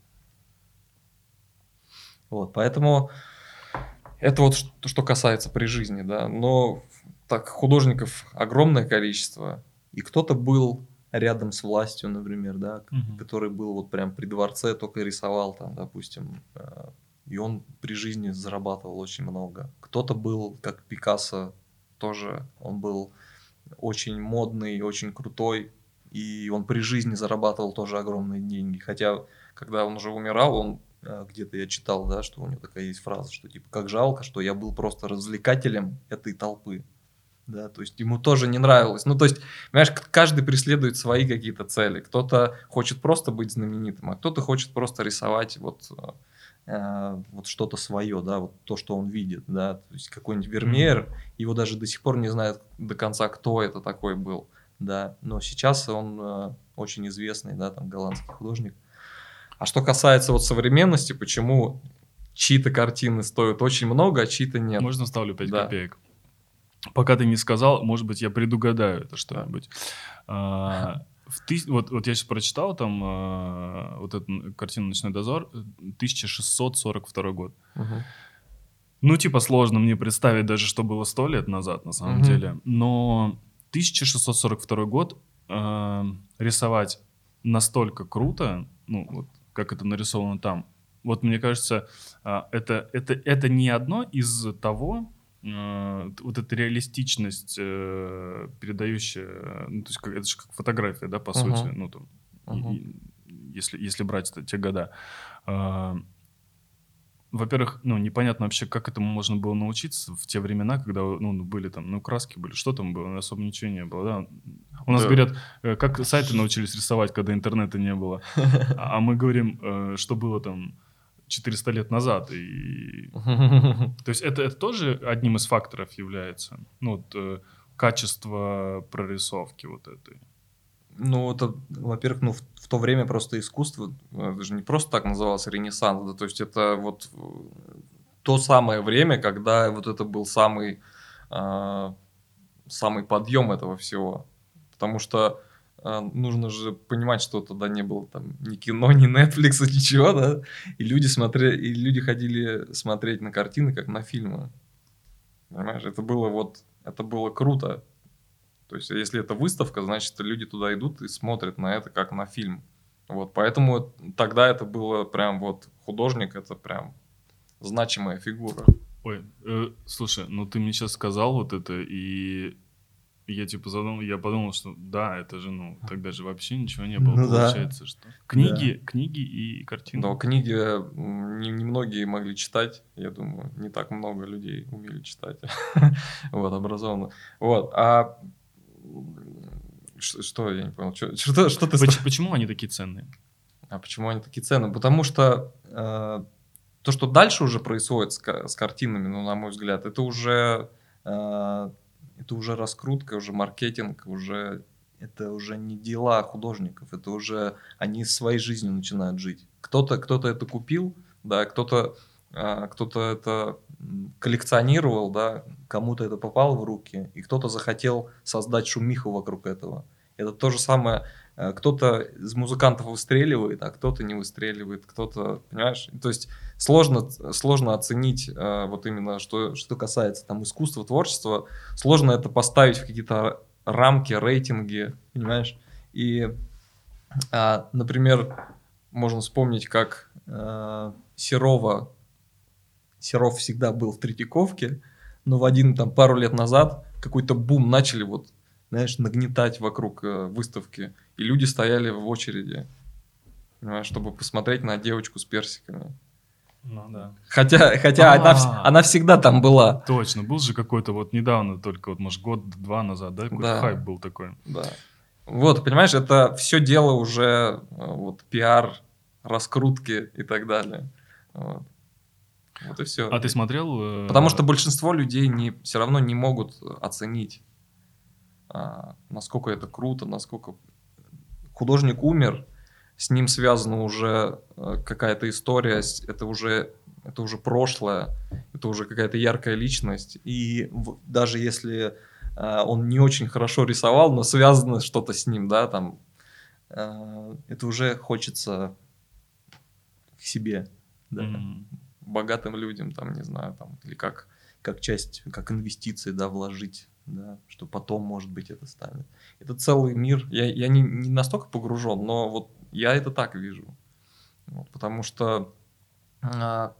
B: Вот, поэтому это вот что касается при жизни, да. Но так художников огромное количество. И кто-то был рядом с властью, например, да,
A: Мгм.
B: который был вот прям при дворце, только рисовал там, допустим, и он при жизни зарабатывал очень много. Кто-то был, как Пикассо, тоже он был очень модный, очень крутой, и он при жизни зарабатывал тоже огромные деньги. Хотя, когда он уже умирал, он где-то я читал, да, что у него такая есть фраза, что типа как жалко, что я был просто развлекателем этой толпы. Да, то есть ему тоже не нравилось. Ну, то есть, понимаешь, каждый преследует свои какие-то цели. Кто-то хочет просто быть знаменитым, а кто-то хочет просто рисовать вот что-то свое, да, вот то, что он видит, да, то есть какой-нибудь Вермеер, его даже до сих пор не знают до конца, кто это такой был, да, но сейчас он очень известный, да, там, голландский художник. А что касается вот современности, почему чьи-то картины стоят очень много, а чьи-то нет,
A: Можно ставлю 5
B: да,
A: копеек? Пока ты не сказал, может быть, я предугадаю это
B: да.
A: что-нибудь. Вот я сейчас прочитал там вот эту картину «Ночной дозор», 1642 год.
B: Мгм.
A: Ну, типа, сложно мне представить даже, что было 100 лет назад, на самом
B: Мгм.
A: деле. Но 1642 год рисовать настолько круто, ну, вот как это нарисовано там. Вот мне кажется, это не одно из того, вот эта реалистичность, передающая, ну, то есть это же как фотография, да, по сути,
B: Мгм.
A: ну, там,
B: Мгм.
A: если брать те года. А, Во-первых, ну, непонятно вообще, как этому можно было научиться в те времена, когда, ну, были там, ну, краски были, что там было, особо ничего не было, да. У нас
B: Да.
A: говорят, как сайты научились рисовать, когда интернета не было. А мы говорим, что было там 400 лет назад. То есть это тоже одним из факторов является, ну, вот, качество прорисовки вот этой.
B: Ну, это, во-первых, ну, в то время просто искусство, это же не просто так называлось Ренессанс, да, то есть это вот то самое время, когда вот это был самый подъем этого всего. Потому что нужно же понимать, что тогда не было там ни кино, ни Netflix, ничего, да, и люди ходили смотреть на картины, как на фильмы. Понимаешь, это было круто. То есть, если это выставка, значит, люди туда идут и смотрят на это как на фильм. Вот, поэтому тогда это было прям вот художник, это прям значимая фигура.
A: Ой, слушай, ну ты мне сейчас сказал вот это, и я типа я подумал, что да, это же, ну, тогда же вообще ничего не было, получается, что... Книги и картины.
B: Да, книги немногие могли читать, я думаю, не так много людей умели читать, вот, образованно. Вот, а что, я не понял, что ты...
A: Почему они такие ценные?
B: А почему они такие ценные? Потому что то, что дальше уже происходит с картинами, ну, на мой взгляд, это уже раскрутка, уже маркетинг, это уже не дела художников, это уже они своей жизнью начинают жить. Кто-то это купил, да, кто-то это коллекционировал, да, кому-то это попало в руки, и кто-то захотел создать шумиху вокруг этого. Это то же самое. Кто-то из музыкантов выстреливает, а кто-то не выстреливает, кто-то, понимаешь? То есть сложно оценить вот именно, что касается там искусства, творчества, сложно это поставить в какие-то рамки, рейтинги, понимаешь? И, например, можно вспомнить, как Серов всегда был в Третьяковке, но пару лет назад какой-то бум начали вот, знаешь, нагнетать вокруг выставки, и люди стояли в очереди, понимаешь, чтобы посмотреть на девочку с персиками.
A: Ну да.
B: Хотя она всегда там была.
A: Точно, был же какой-то вот недавно, только вот, может, год-два назад, да? Какой-то хайп был такой.
B: Да. Вот, понимаешь, это все дело уже вот пиар, раскрутки и так далее. Вот и все.
A: А ты смотрел?
B: Потому что большинство людей все равно не могут оценить, насколько это круто, насколько художник умер, с ним связана уже какая-то история, это уже прошлое, это уже какая-то яркая личность. И даже если он не очень хорошо рисовал, но связано что-то с ним, да, там, это уже хочется к себе, да, богатым людям, там, не знаю, там, или как часть, как инвестиции, да, вложить, да, что потом, может быть, это станет. Это целый мир. Я не настолько погружен, но вот я это так вижу. Вот, потому что как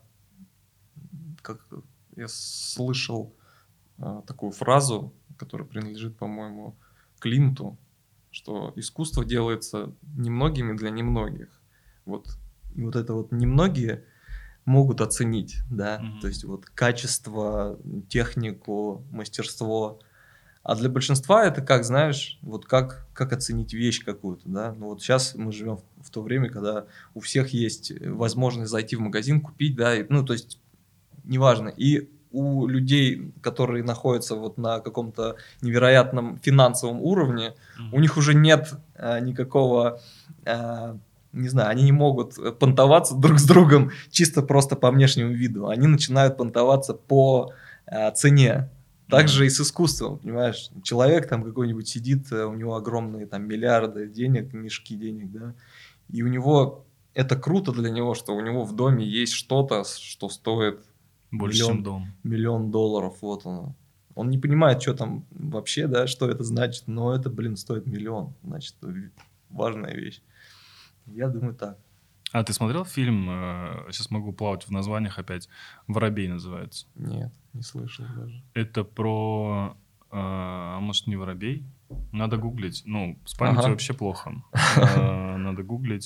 B: я слышал такую фразу, которая принадлежит, по-моему, Климту, что искусство делается немногими для немногих. Вот. И вот это вот немногие могут оценить, да, то есть вот качество, технику, мастерство. А для большинства это как, знаешь, вот как оценить вещь какую-то, да. Ну вот сейчас мы живем в то время, когда у всех есть возможность зайти в магазин, купить, да, ну то есть неважно. И у людей, которые находятся вот на каком-то невероятном финансовом уровне, у них уже нет никакого... не знаю, они не могут понтоваться друг с другом чисто просто по внешнему виду. Они начинают понтоваться по цене. Так же и с искусством, понимаешь? Человек там какой-нибудь сидит, у него огромные там миллиарды денег, мешки денег, да, и у него это круто для него, что у него в доме есть что-то, что стоит
A: больше, чем дом.
B: $1 миллион, вот оно. Он не понимает, что там вообще, да, что это значит, но это, стоит $1 миллион, значит, важная вещь. Я думаю, так.
A: А ты смотрел фильм, сейчас могу плавать в названиях опять, «Воробей» называется?
B: Нет, не слышал даже.
A: Это про... А может, не воробей? Надо гуглить. Ну, с памятью вообще плохо. Надо гуглить.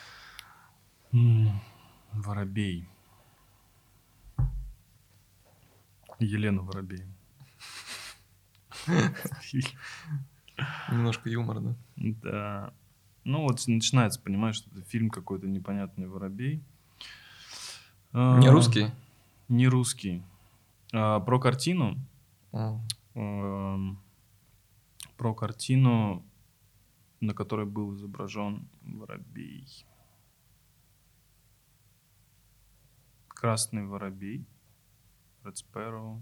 A: Воробей. Елена Воробей.
B: Немножко юмор, да?
A: Да. Ну вот начинается, понимаешь, что это фильм какой-то непонятный «Воробей».
B: Не русский?
A: Не русский. Про картину. Про картину, на которой был изображен воробей. Красный воробей. Red Sparrow.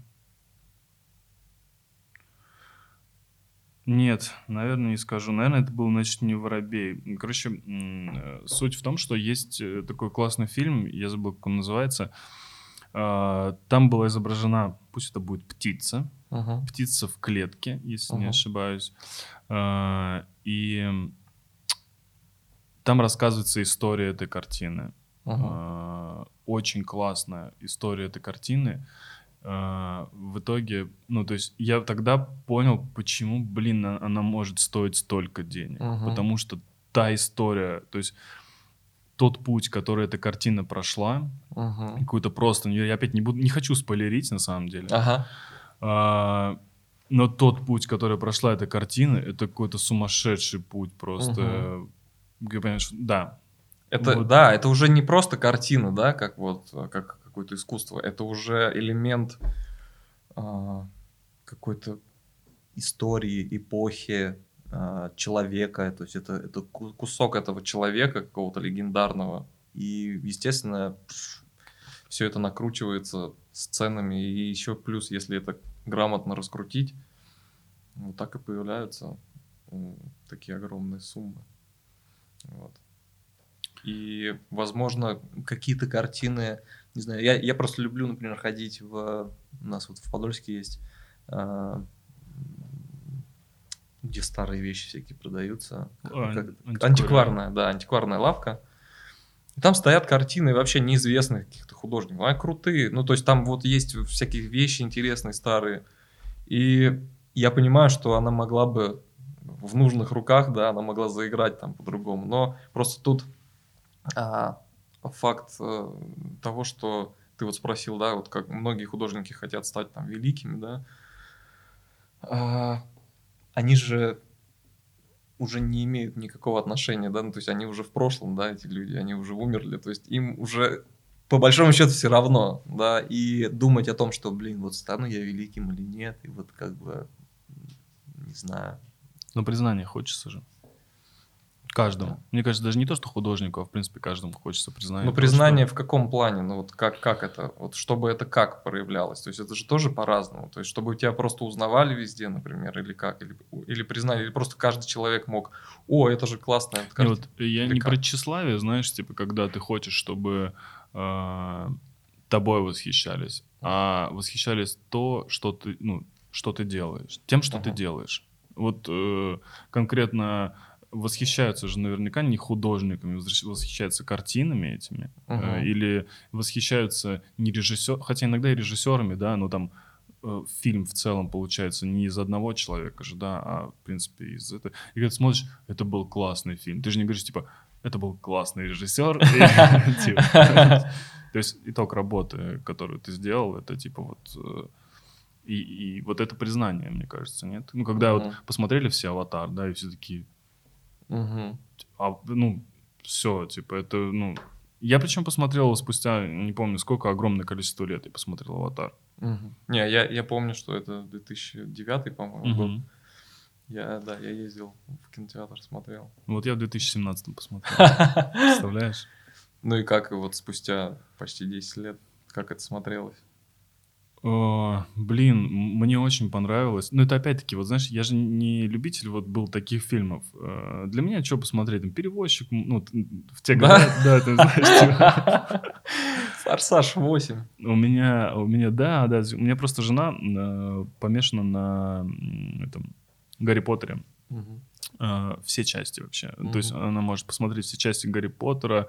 A: Нет, наверное, не скажу. Наверное, это был, значит, не воробей. Короче, суть в том, что есть такой классный фильм, я забыл, как он называется. Там была изображена, пусть это будет птица,
B: Мгм.
A: птица в клетке, если не
B: Мгм.
A: ошибаюсь. И там рассказывается история этой картины.
B: Мгм.
A: Очень классная история этой картины. В итоге, ну, то есть я тогда понял, почему, блин, она может стоить столько денег.
B: Мгм.
A: Потому что та история, то есть тот путь, который эта картина прошла,
B: Мгм.
A: какой-то просто, я опять не хочу спойлерить на самом деле,
B: Ага.
A: но тот путь, который прошла эта картина, это какой-то сумасшедший путь
B: Мгм.
A: просто. Я понимаю, что да.
B: Это,
A: Вот.
B: да, это уже не просто картина, да, как вот, как какое-то искусство. Это уже элемент а, какой-то истории, эпохи, человека. То есть это кусок этого человека, какого-то легендарного. И, естественно, все это накручивается сценами. И еще плюс, если это грамотно раскрутить, вот так и появляются такие огромные суммы. Вот. И, возможно, какие-то картины, не знаю, я просто люблю, например, ходить у нас вот в Подольске есть, а, где старые вещи всякие продаются, антикварная, да, антикварная лавка. И там стоят картины вообще неизвестных каких-то художников, они крутые, ну, то есть там вот есть всякие вещи интересные, старые, и я понимаю, что она могла бы в нужных руках, да, она могла заиграть там по-другому, но просто тут факт того, что ты вот спросил, да, вот как многие художники хотят стать там великими, да, они же уже не имеют никакого отношения, да, ну, то есть они уже в прошлом, да, эти люди, они уже умерли, то есть им уже по большому счету все равно, да, и думать о том, что, блин, вот стану я великим или нет, и вот как бы, не знаю.
A: Но признание хочется же. Каждому.
B: Да.
A: Мне кажется, даже не то, что художнику, а в принципе каждому хочется признания.
B: Ну, признание в каком плане? Ну, вот как это? Вот чтобы это как проявлялось? То есть это же тоже по-разному. То есть чтобы тебя просто узнавали везде, например, или как? Или признали, или просто каждый человек мог, о, это же классная вот
A: Не,
B: картина.
A: вот я
B: Или
A: не
B: как?
A: про тщеславие, знаешь, типа, когда ты хочешь, чтобы тобой восхищались, а восхищались то, что ты, ну, что ты делаешь, тем, что ты
B: Мгм.
A: делаешь. Вот конкретно восхищаются же наверняка не художниками, восхищаются картинами этими,
B: Мгм.
A: или восхищаются не режиссерами, хотя иногда и режиссерами, да, но там фильм в целом получается не из одного человека же, да, а в принципе из этого. И когда ты смотришь, это был классный фильм. Ты же не говоришь, типа, это был классный режиссер. Типа. То есть итог работы, которую ты сделал, это типа вот... И вот это признание, мне кажется, нет? Ну, когда вот
B: Мгм.
A: посмотрели все «Аватар», да, и все такие,
B: Мгм.
A: ну, все, типа, это, ну... Я причем посмотрел спустя, не помню сколько, огромное количество лет я посмотрел «Аватар».
B: Мгм. Не, я помню, что это 2009, по-моему, год.
A: Мгм.
B: Я ездил в кинотеатр, смотрел.
A: Вот я в 2017 посмотрел. Представляешь?
B: Ну и как вот спустя почти 10 лет, как это смотрелось?
A: Блин, мне очень понравилось. Но это опять-таки, вот знаешь, я же не любитель вот был таких фильмов. Для меня что посмотреть? Там «Перевозчик», ну, в те годы, да, ты знаешь, типа.
B: «Форсаж 8».
A: У меня, да, у меня просто жена помешана на этом Гарри Поттере.
B: Мгм.
A: Все части вообще.
B: Мгм.
A: То есть она может посмотреть все части Гарри Поттера,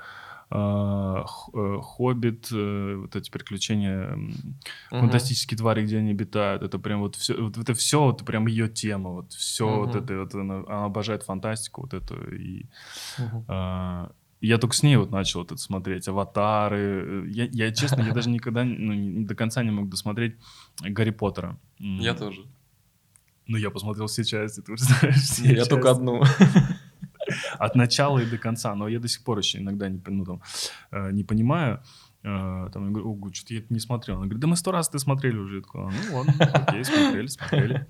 A: «Хоббит», вот эти приключения,
B: Мгм.
A: фантастические твари, где они обитают. Это прям вот все, вот это все, вот прям ее тема. Вот все вот
B: Мгм.
A: это, вот она обожает фантастику вот эту. И
B: Мгм.
A: я только с ней вот начал вот это смотреть. «Аватары». Я честно, я даже никогда не до конца не мог досмотреть Гарри Поттера.
B: Я тоже.
A: Ну, я посмотрел все части, ты знаешь, все
B: Я только
A: части.
B: одну.
A: От начала и до конца. Но я до сих пор еще иногда не понимаю. Там я говорю, ого, что-то я это не смотрел. Она говорит, да мы 100 раз это смотрели уже. Я такой, ну ладно, окей, смотрели.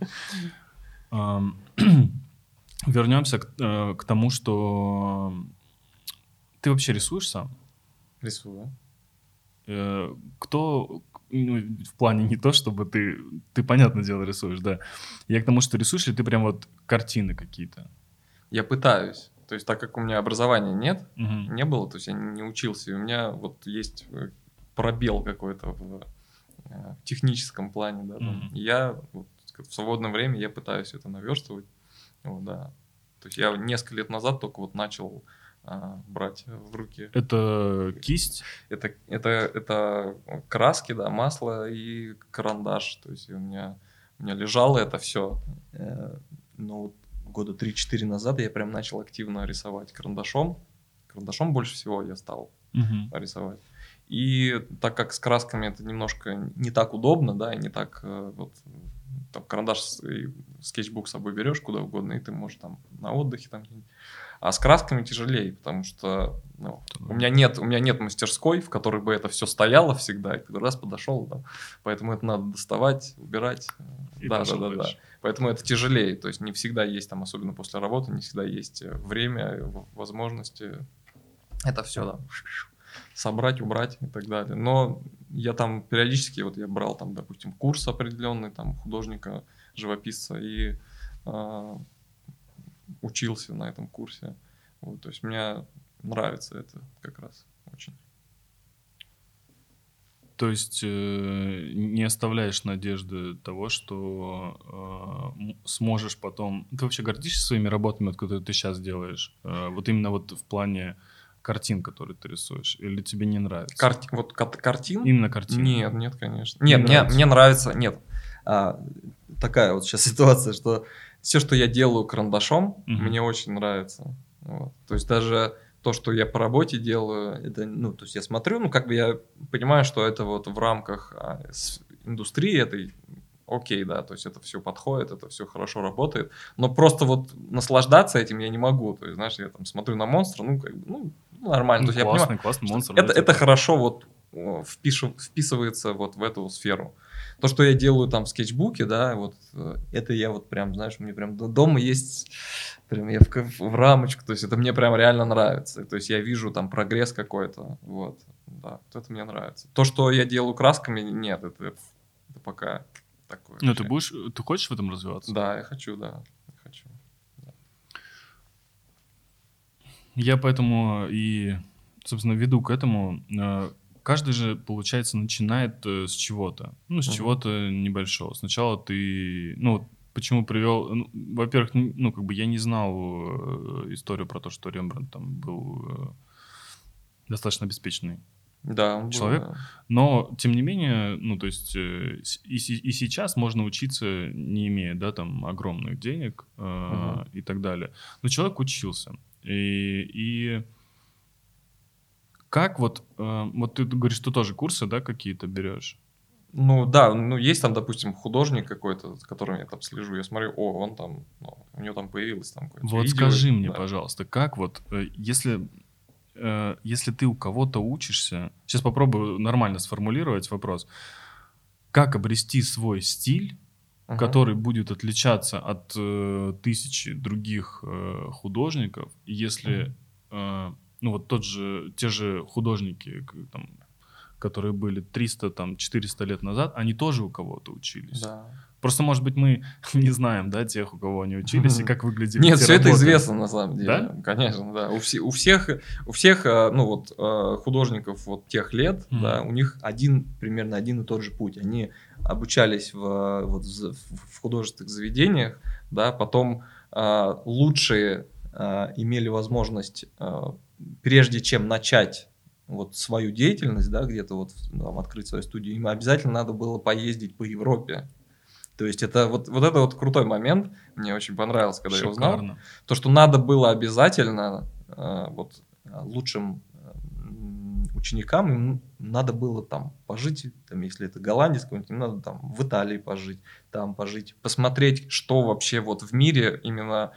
A: Вернемся к тому, что ты вообще рисуешь сам?
B: Рисую.
A: Кто, ну, в плане не то, чтобы ты, понятное дело, рисуешь, да. Я к тому, что рисуешь ли ты прям вот картины какие-то?
B: Я пытаюсь. То есть, так как у меня образования нет,
A: Мгм.
B: не было, то есть я не учился, и у меня вот есть пробел какой-то в техническом плане, да, там. Я вот, в свободное время я пытаюсь это наверстывать, вот, да. То есть я несколько лет назад только вот начал брать в руки.
A: Это кисть?
B: Это краски, да, масло и карандаш. То есть у меня лежало это все. Ну, года 3-4 назад я прям начал активно рисовать карандашом. Карандашом больше всего я стал рисовать. И так как с красками это немножко не так удобно, да, и не так вот там карандаш, скетчбук с собой берешь куда угодно, и ты можешь там на отдыхе там. А с красками тяжелее, потому что у меня нет мастерской, в которой бы это все стояло всегда, и ты раз подошел, да, поэтому это надо доставать, убирать. Да. Поэтому это тяжелее, то есть не всегда есть там, особенно после работы, не всегда есть время, возможности это все, да, собрать, убрать и так далее. Но я там периодически, вот я брал там, допустим, курс определенный там художника, живописца и учился на этом курсе. Вот, то есть мне нравится это как раз очень.
A: То есть не оставляешь надежды того, что сможешь потом... Ты вообще гордишься своими работами, которые ты сейчас делаешь? Вот именно вот в плане картин, которые ты рисуешь? Или тебе не нравится?
B: Картин?
A: Именно картин?
B: Нет, конечно. Нет, мне нравится. Нет. Такая вот сейчас ситуация, что все, что я делаю карандашом, мне очень нравится. Вот. То есть даже то, что я по работе делаю, это, то есть я смотрю, как бы я понимаю, что это вот в рамках индустрии этой, окей, да, то есть это все подходит, это все хорошо работает, но просто вот наслаждаться этим я не могу, то есть, знаешь, я там смотрю на монстра, нормально. То есть
A: классный монстр.
B: Это хорошо вот вписывается вот в эту сферу. То, что я делаю там в скетчбуке, да, вот это я вот прям, знаешь, мне прям дома есть, прям я в рамочку, то есть это мне прям реально нравится. То есть я вижу там прогресс какой-то, вот, да, вот это мне нравится. То, что я делаю красками, нет, это пока такое.
A: Ну, ты хочешь в этом развиваться?
B: Да, я хочу, да.
A: Я поэтому и, собственно, веду к этому. Каждый же, получается, начинает с чего-то. С чего-то небольшого. Сначала ты... почему привел... во-первых, я не знал историю про то, что Рембрандт там был достаточно обеспеченный человек.
B: Да.
A: Но, тем не менее, то есть и сейчас можно учиться, не имея, да, там, огромных денег и так далее. Но человек учился. И как вот ты говоришь, что тоже курсы, да, какие-то берешь?
B: Есть там, допустим, художник какой-то, за которым я там слежу, я смотрю, он там, у него там появилось там какое-то
A: вот
B: видео.
A: Скажи мне, пожалуйста, как вот, если ты у кого-то учишься, сейчас попробую нормально сформулировать вопрос, как обрести свой стиль, который будет отличаться от тысячи других художников, если, те же художники, там, которые были 300-400 лет назад, они тоже у кого-то учились.
B: Да.
A: Просто, может быть, мы не знаем, да, тех, у кого они учились, и как выглядели
B: Нет,
A: те
B: все
A: работы.
B: это известно, на самом деле.
A: Да?
B: Конечно, да. У всех художников вот тех лет, да, у них примерно один и тот же путь. Они обучались в художественных заведениях, да, потом лучшие имели возможность, прежде чем начать вот свою деятельность, да, где-то вот там, открыть свою студию, им обязательно надо было поездить по Европе. То есть это вот это вот крутой момент, мне очень понравилось, когда я узнал. То, что надо было обязательно лучшим ученикам, им надо было там пожить, там, если это голландец какой-нибудь, им надо там в Италии пожить, там пожить, посмотреть, что вообще вот в мире именно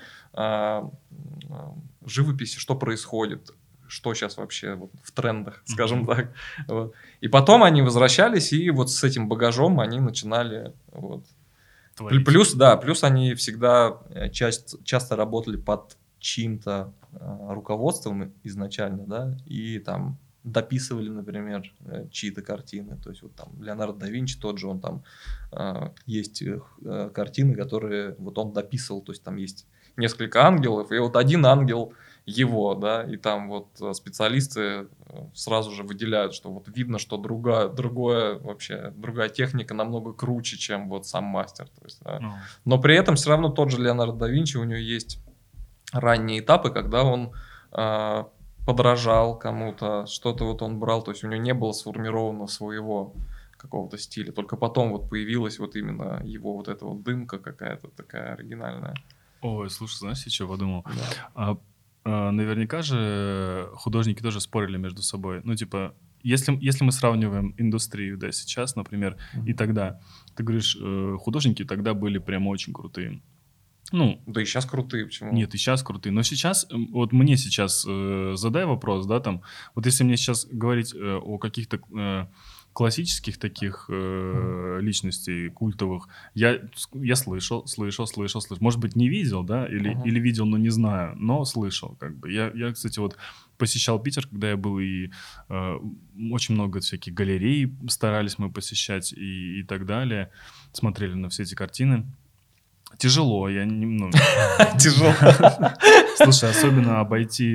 B: живописи, что происходит, что сейчас вообще вот в трендах, скажем так. Вот. И потом они возвращались, и вот с этим багажом они начинали... Вот. Плюс они всегда часто работали под чьим-то руководством изначально, да, и там дописывали, например, чьи-то картины. То есть вот там Леонардо да Винчи тот же, он там есть картины, которые вот он дописывал, то есть там есть несколько ангелов, и вот один ангел его, да, и там вот специалисты сразу же выделяют, что вот видно, что другая техника намного круче, чем вот сам мастер. То есть, да. Но при этом все равно тот же Леонардо да Винчи, у него есть ранние этапы, когда он подражал кому-то, что-то вот он брал, то есть у него не было сформированного своего какого-то стиля, только потом вот появилась вот именно его вот эта вот дымка какая-то такая оригинальная.
A: Ой, слушай, знаешь, я что подумал? Да. Наверняка же художники тоже спорили между собой. Ну, типа, если мы сравниваем индустрию, да, сейчас, например, и тогда, ты говоришь, художники тогда были прям очень крутые. Ну,
B: да и сейчас крутые, почему?
A: Нет, и сейчас крутые. Но сейчас, вот мне сейчас задай вопрос, да, там, вот если мне сейчас говорить о каких-то классических таких личностей культовых, я слышал. Может быть, не видел, да, или видел, но не знаю, но слышал, как бы. Я, кстати, вот посещал Питер, когда я был, и очень много всяких галерей старались мы посещать и так далее. Смотрели на все эти картины. Тяжело, я не...
B: Тяжело.
A: Слушай, особенно обойти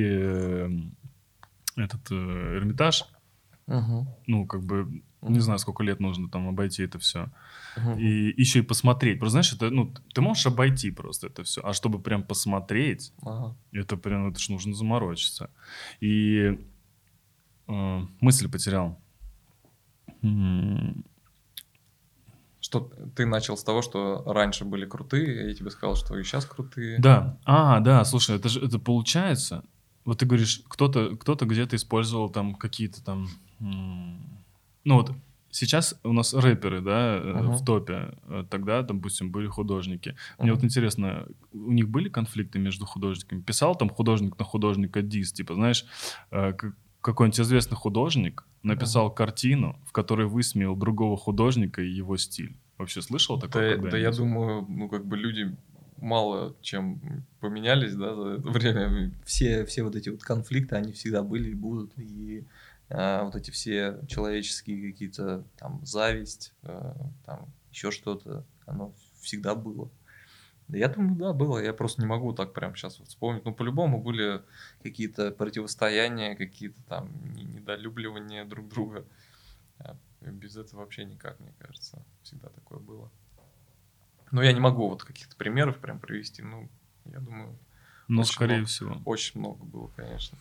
A: этот Эрмитаж. Ну, как бы, не знаю, сколько лет нужно там обойти это все. И еще и посмотреть. Просто, знаешь, это, ну, ты можешь обойти просто это все. А чтобы прям посмотреть, это прям, это ж нужно заморочиться. И мысль потерял.
B: Что ты начал с того, что раньше были крутые, я тебе сказал, что и сейчас крутые.
A: Да. Да, слушай, это получается. Вот ты говоришь, кто-то где-то использовал там какие-то там... Ну вот сейчас у нас рэперы, да, в топе. Тогда, допустим, были художники. Мне вот интересно, у них были конфликты между художниками? Писал там художник на художника дисс? Типа, знаешь, какой-нибудь известный художник написал картину, в которой высмеял другого художника и его стиль. Вообще слышал такое?
B: Да, я думаю, ну как бы люди мало чем поменялись, да, за это время. Все вот эти вот конфликты, они всегда были и будут. И вот эти все человеческие какие-то там зависть, там еще что-то, оно всегда было. Да, я думаю, да, было. Я просто не могу так прям сейчас вот вспомнить. Ну, по-любому были какие-то противостояния, какие-то там недолюбливания друг друга. Без этого вообще никак, мне кажется. Всегда такое было. Но я не могу вот каких-то примеров прям привести. Ну, я думаю,
A: скорее всего.
B: Очень много было, конечно.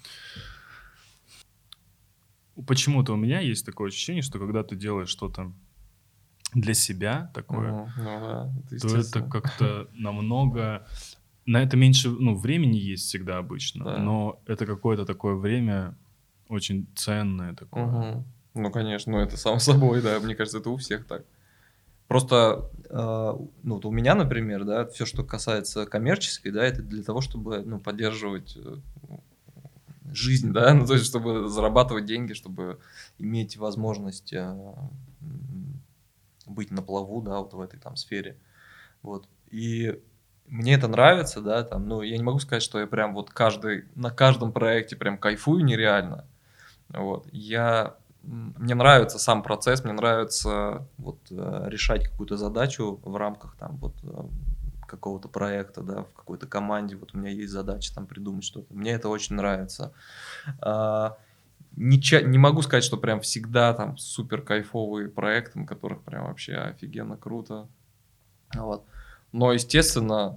A: Почему-то у меня есть такое ощущение, что когда ты делаешь что-то для себя такое, то это как-то намного... На это меньше времени есть всегда обычно, но это какое-то такое время очень ценное такое.
B: Ну, конечно, это само собой, да, мне кажется, это у всех так. Просто, вот у меня, например, да, все, что касается коммерческой, да, это для того, чтобы, поддерживать жизнь, да, ну, то есть, чтобы зарабатывать деньги, чтобы иметь возможность быть на плаву, да, вот в этой там сфере, вот, и мне это нравится, да, там, ну, я не могу сказать, что я прям вот на каждом проекте прям кайфую нереально, вот, мне нравится сам процесс, мне нравится вот решать какую-то задачу в рамках там вот какого-то проекта, да, в какой-то команде, вот у меня есть задача там придумать что-то, мне это очень нравится. Не могу сказать, что прям всегда там супер кайфовые проекты, на которых прям вообще офигенно круто, вот. Но, естественно,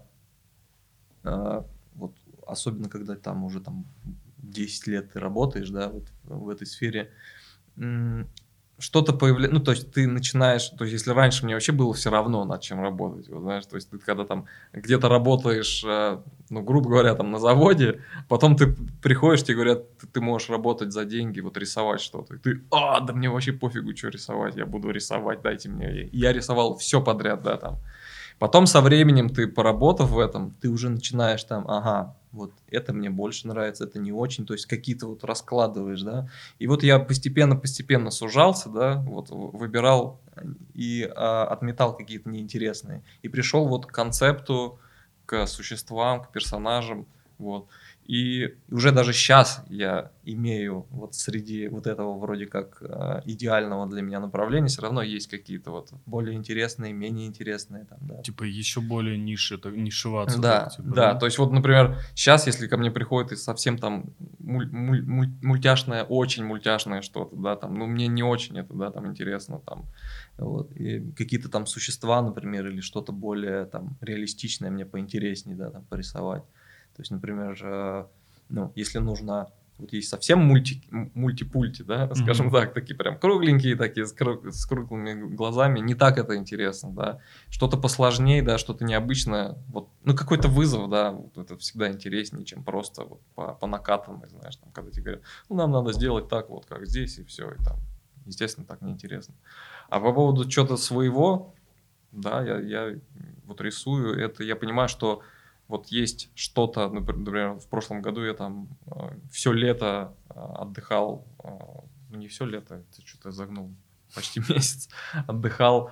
B: вот особенно когда там уже там 10 лет ты работаешь, да, вот в этой сфере, что-то появляется, ну, то есть ты начинаешь, то есть если раньше мне вообще было все равно, над чем работать, вот, знаешь, то есть ты когда там где-то работаешь, ну, грубо говоря, там на заводе, потом ты приходишь, тебе говорят, ты можешь работать за деньги, вот рисовать что-то, и ты, да мне вообще пофигу, что рисовать, я буду рисовать, дайте мне, и я рисовал все подряд, да, там. Потом со временем ты, поработав в этом, ты уже начинаешь там, вот это мне больше нравится, это не очень, то есть какие-то вот раскладываешь, да. И вот я постепенно сужался, да, вот выбирал и отметал какие-то неинтересные. И пришел вот к концепту, к существам, к персонажам, вот. И уже даже сейчас я имею вот среди вот этого вроде как идеального для меня направления, все равно есть какие-то вот более интересные, менее интересные. Там, да.
A: Типа еще более нишеваться.
B: Да,
A: так, типа,
B: да, то есть вот, например, сейчас, если ко мне приходит и совсем там мультяшное, очень мультяшное что-то, да, там, ну, мне не очень это, да, там, интересно, там, вот, и какие-то там существа, например, или что-то более там реалистичное мне поинтереснее, да, там, порисовать. То есть, например, ну, если нужно, вот есть совсем мультипульти, да, скажем так, такие прям кругленькие, такие с круглыми глазами, не так это интересно, да. Что-то посложнее, да, что-то необычное, вот, ну, какой-то вызов, да, вот это всегда интереснее, чем просто вот по накатанной, знаешь, там, когда тебе говорят, ну, нам надо сделать так вот, как здесь, и все, и там, естественно, так неинтересно. А по поводу чего-то своего, да, я вот рисую, это я понимаю, что вот есть что-то, например, в прошлом году я там все лето отдыхал, ну не все лето, это что-то загнул, почти месяц, отдыхал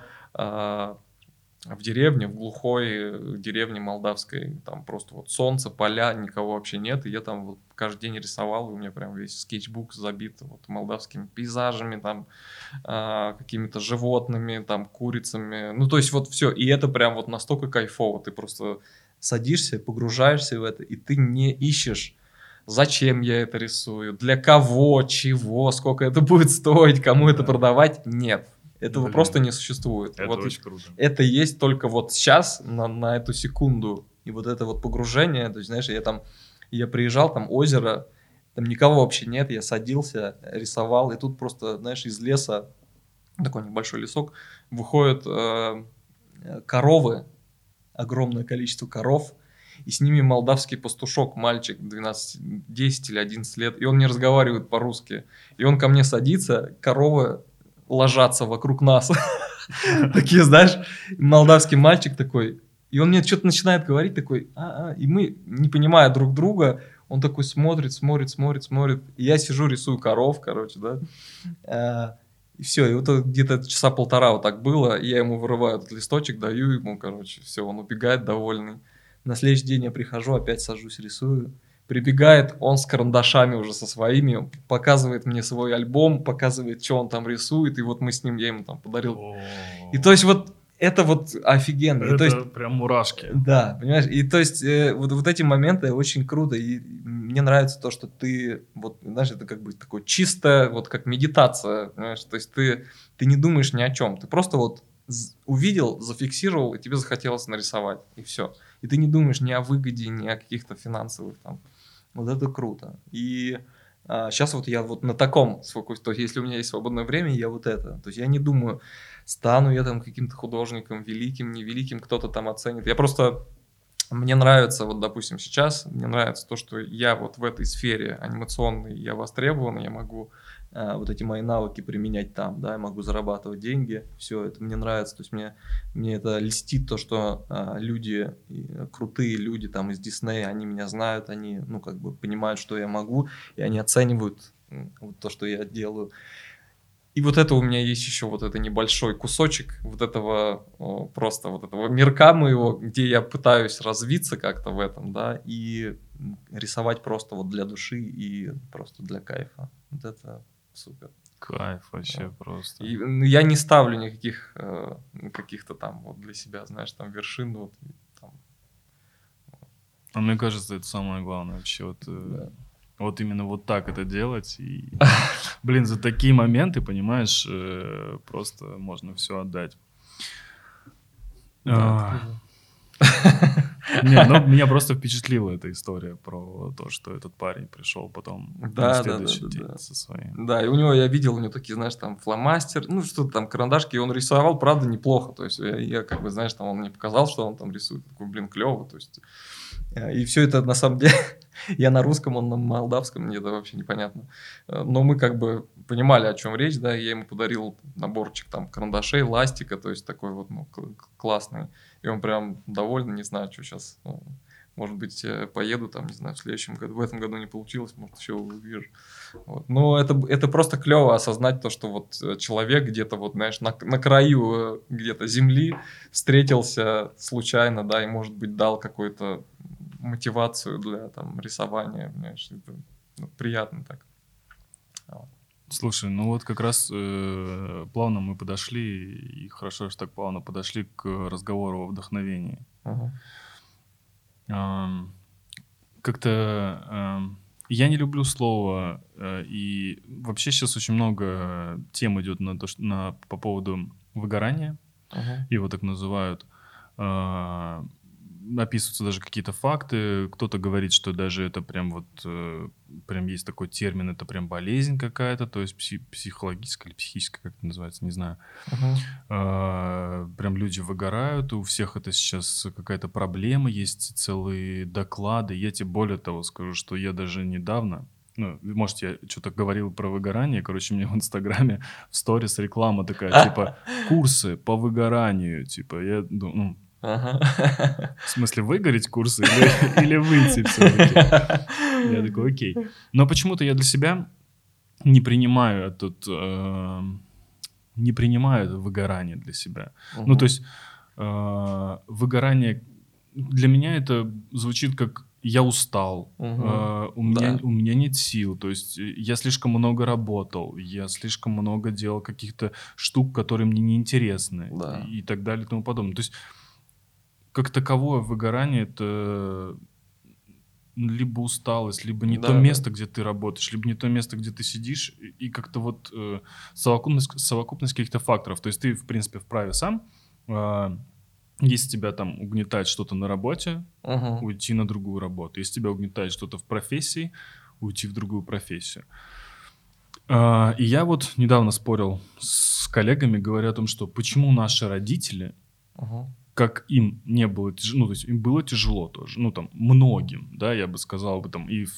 B: в деревне, в глухой деревне молдавской, там просто вот солнце, поля, никого вообще нет, и я там вот каждый день рисовал, и у меня прям весь скетчбук забит вот молдавскими пейзажами, там какими-то животными, там курицами, ну то есть вот все, и это прям вот настолько кайфово, ты просто садишься, погружаешься в это, и ты не ищешь, зачем я это рисую, для кого, чего, сколько это будет стоить, кому это продавать, нет. Этого просто не существует.
A: Это
B: вот
A: очень круто.
B: Это есть только вот сейчас, на эту секунду. И вот это вот погружение, то есть, знаешь, я приезжал, там озеро, там никого вообще нет, я садился, рисовал, и тут просто, знаешь, из леса, такой небольшой лесок, выходят коровы, огромное количество коров, и с ними молдавский пастушок, мальчик 12, 10 или 11 лет, и он не разговаривает по-русски. И он ко мне садится, коровы ложатся вокруг нас. Такие, знаешь, молдавский мальчик такой, и он мне что-то начинает говорить, такой, и мы, не понимая друг друга, он такой смотрит, и я сижу, рисую коров, короче, да, и все, и вот где-то часа полтора вот так было, и я ему вырываю этот листочек, даю ему, короче, все, он убегает довольный. На следующий день я прихожу, опять сажусь, рисую. Прибегает он с карандашами уже со своими, показывает мне свой альбом, показывает, что он там рисует, и вот мы с ним, я ему там подарил. И то есть вот это вот офигенно.
A: Это
B: то есть,
A: прям мурашки.
B: Да, понимаешь, и то есть вот эти моменты очень круто, и мне нравится то, что ты, вот, знаешь, это как бы такое чисто, вот как медитация, понимаешь, то есть ты не думаешь ни о чем, ты просто вот увидел, зафиксировал, и тебе захотелось нарисовать, и все. И ты не думаешь ни о выгоде, ни о каких-то финансовых там. Вот это круто. И сейчас вот я вот на таком сфокусируюсь. То есть если у меня есть свободное время, я вот это. То есть я не думаю, стану я там каким-то художником, великим, невеликим, кто-то там оценит. Я просто... Мне нравится, вот, допустим, сейчас, мне нравится то, что я вот в этой сфере анимационной, я востребован, я могу вот эти мои навыки применять там, да, я могу зарабатывать деньги, все, это мне нравится, то есть мне это льстит, то, что люди, крутые люди там из Диснея, они меня знают, они, ну, как бы понимают, что я могу, и они оценивают вот то, что я делаю. И вот это у меня есть еще вот это небольшой кусочек вот этого просто вот этого мирка моего, где я пытаюсь развиться как-то в этом, да, и рисовать просто вот для души и просто для кайфа. Вот это супер.
A: Кайф вообще, да. Просто.
B: И я не ставлю никаких каких-то там вот для себя, знаешь, там вершин. Вот, там.
A: А мне кажется, это самое главное вообще. Вот,
B: да.
A: Вот именно вот так это делать. И, блин, за такие моменты, понимаешь, просто можно все отдать. Не, ну меня просто впечатлила эта история про то, что этот парень пришел потом на следующий день со своим.
B: Да, и у него, я видел, у него такие, знаешь, там фломастер, ну что-то там, карандашки, и он рисовал, правда, неплохо. То есть я как бы, знаешь, там он мне показал, что он там рисует. Такой, блин, клево. То есть, и все это на самом деле, я на русском, он на молдавском, мне это вообще непонятно. Но мы как бы понимали, о чем речь, да, и я ему подарил наборчик там карандашей, ластика, то есть такой вот, ну, классный. И он прям довольный, не знаю, что сейчас, ну, может быть, поеду там, не знаю, в следующем году, в этом году не получилось, может, еще увижу. Вот. Но это просто клево осознать то, что вот человек где-то вот, знаешь, на краю где-то земли встретился случайно, да, и, может быть, дал какой-то мотивацию для там рисования, понимаешь, это приятно так.
A: Слушай, ну вот как раз плавно мы подошли, и хорошо, что так плавно подошли к разговору о вдохновении. Как-то я не люблю слово, и вообще сейчас очень много тем идет на то, что, по поводу выгорания, его так называют. Описываются даже какие-то факты. Кто-то говорит, что даже это прям вот, прям есть такой термин, это прям болезнь какая-то, то есть психологическая или психическая, как это называется, не знаю. Прям люди выгорают, у всех это сейчас какая-то проблема, есть целые доклады. Я тебе более того скажу, что я даже недавно, ну, может, я что-то говорил про выгорание, короче, мне в Инстаграме в сторис реклама такая, типа, курсы по выгоранию, типа, я думаю, в смысле, выгореть курсы или выйти все-таки? Я такой, окей. Но почему-то я для себя не принимаю не принимаю это выгорание для себя. Ну, то есть выгорание для меня это звучит как я устал, у меня нет сил, то есть я слишком много работал, я слишком много делал каких-то штук, которые мне неинтересны и так далее и тому подобное. То есть как таковое выгорание — это либо усталость, либо не то место, где ты работаешь, либо не то место, где ты сидишь, и как-то вот совокупность каких-то факторов. То есть ты, в принципе, вправе сам, если тебя там угнетает что-то на работе, уйти на другую работу. Если тебя угнетает что-то в профессии, уйти в другую профессию. И я вот недавно спорил с коллегами, говоря о том, что почему наши родители... как им не было тяжело, ну, то есть им было тяжело тоже, ну, там, многим, да, я бы сказал, там, и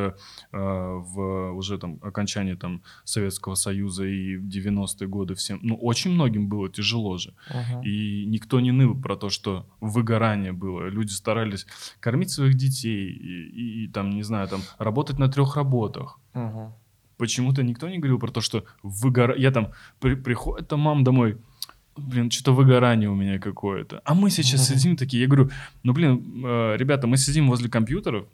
A: в уже там окончании там Советского Союза и в 90-е годы всем, ну, очень многим было тяжело же, и никто не ныл про то, что выгорание было, люди старались кормить своих детей и там, не знаю, там, работать на 3 работах. Почему-то никто не говорил про то, что я там, приходит там мама домой, блин, что-то выгорание у меня какое-то. А мы сейчас сидим такие, я говорю, ну, блин, ребята, мы сидим возле компьютеров,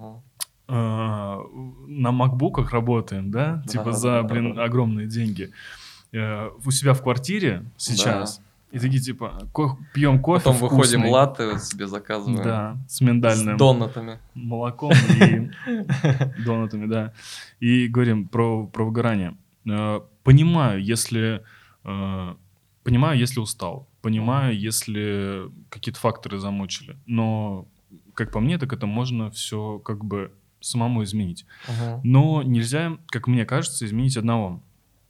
A: на макбуках работаем, да? Типа за, блин, огромные деньги. У себя в квартире сейчас. И такие, типа, пьем кофе
B: потом
A: вкусный.
B: Выходим латте себе заказываем.
A: Да, с миндальным.
B: С донатами.
A: Молоком и донатами, да. И говорим про выгорание. Понимаю, если устал, понимаю, если какие-то факторы замучили, но, как по мне, так это можно все как бы самому изменить. Но нельзя, как мне кажется, изменить одного.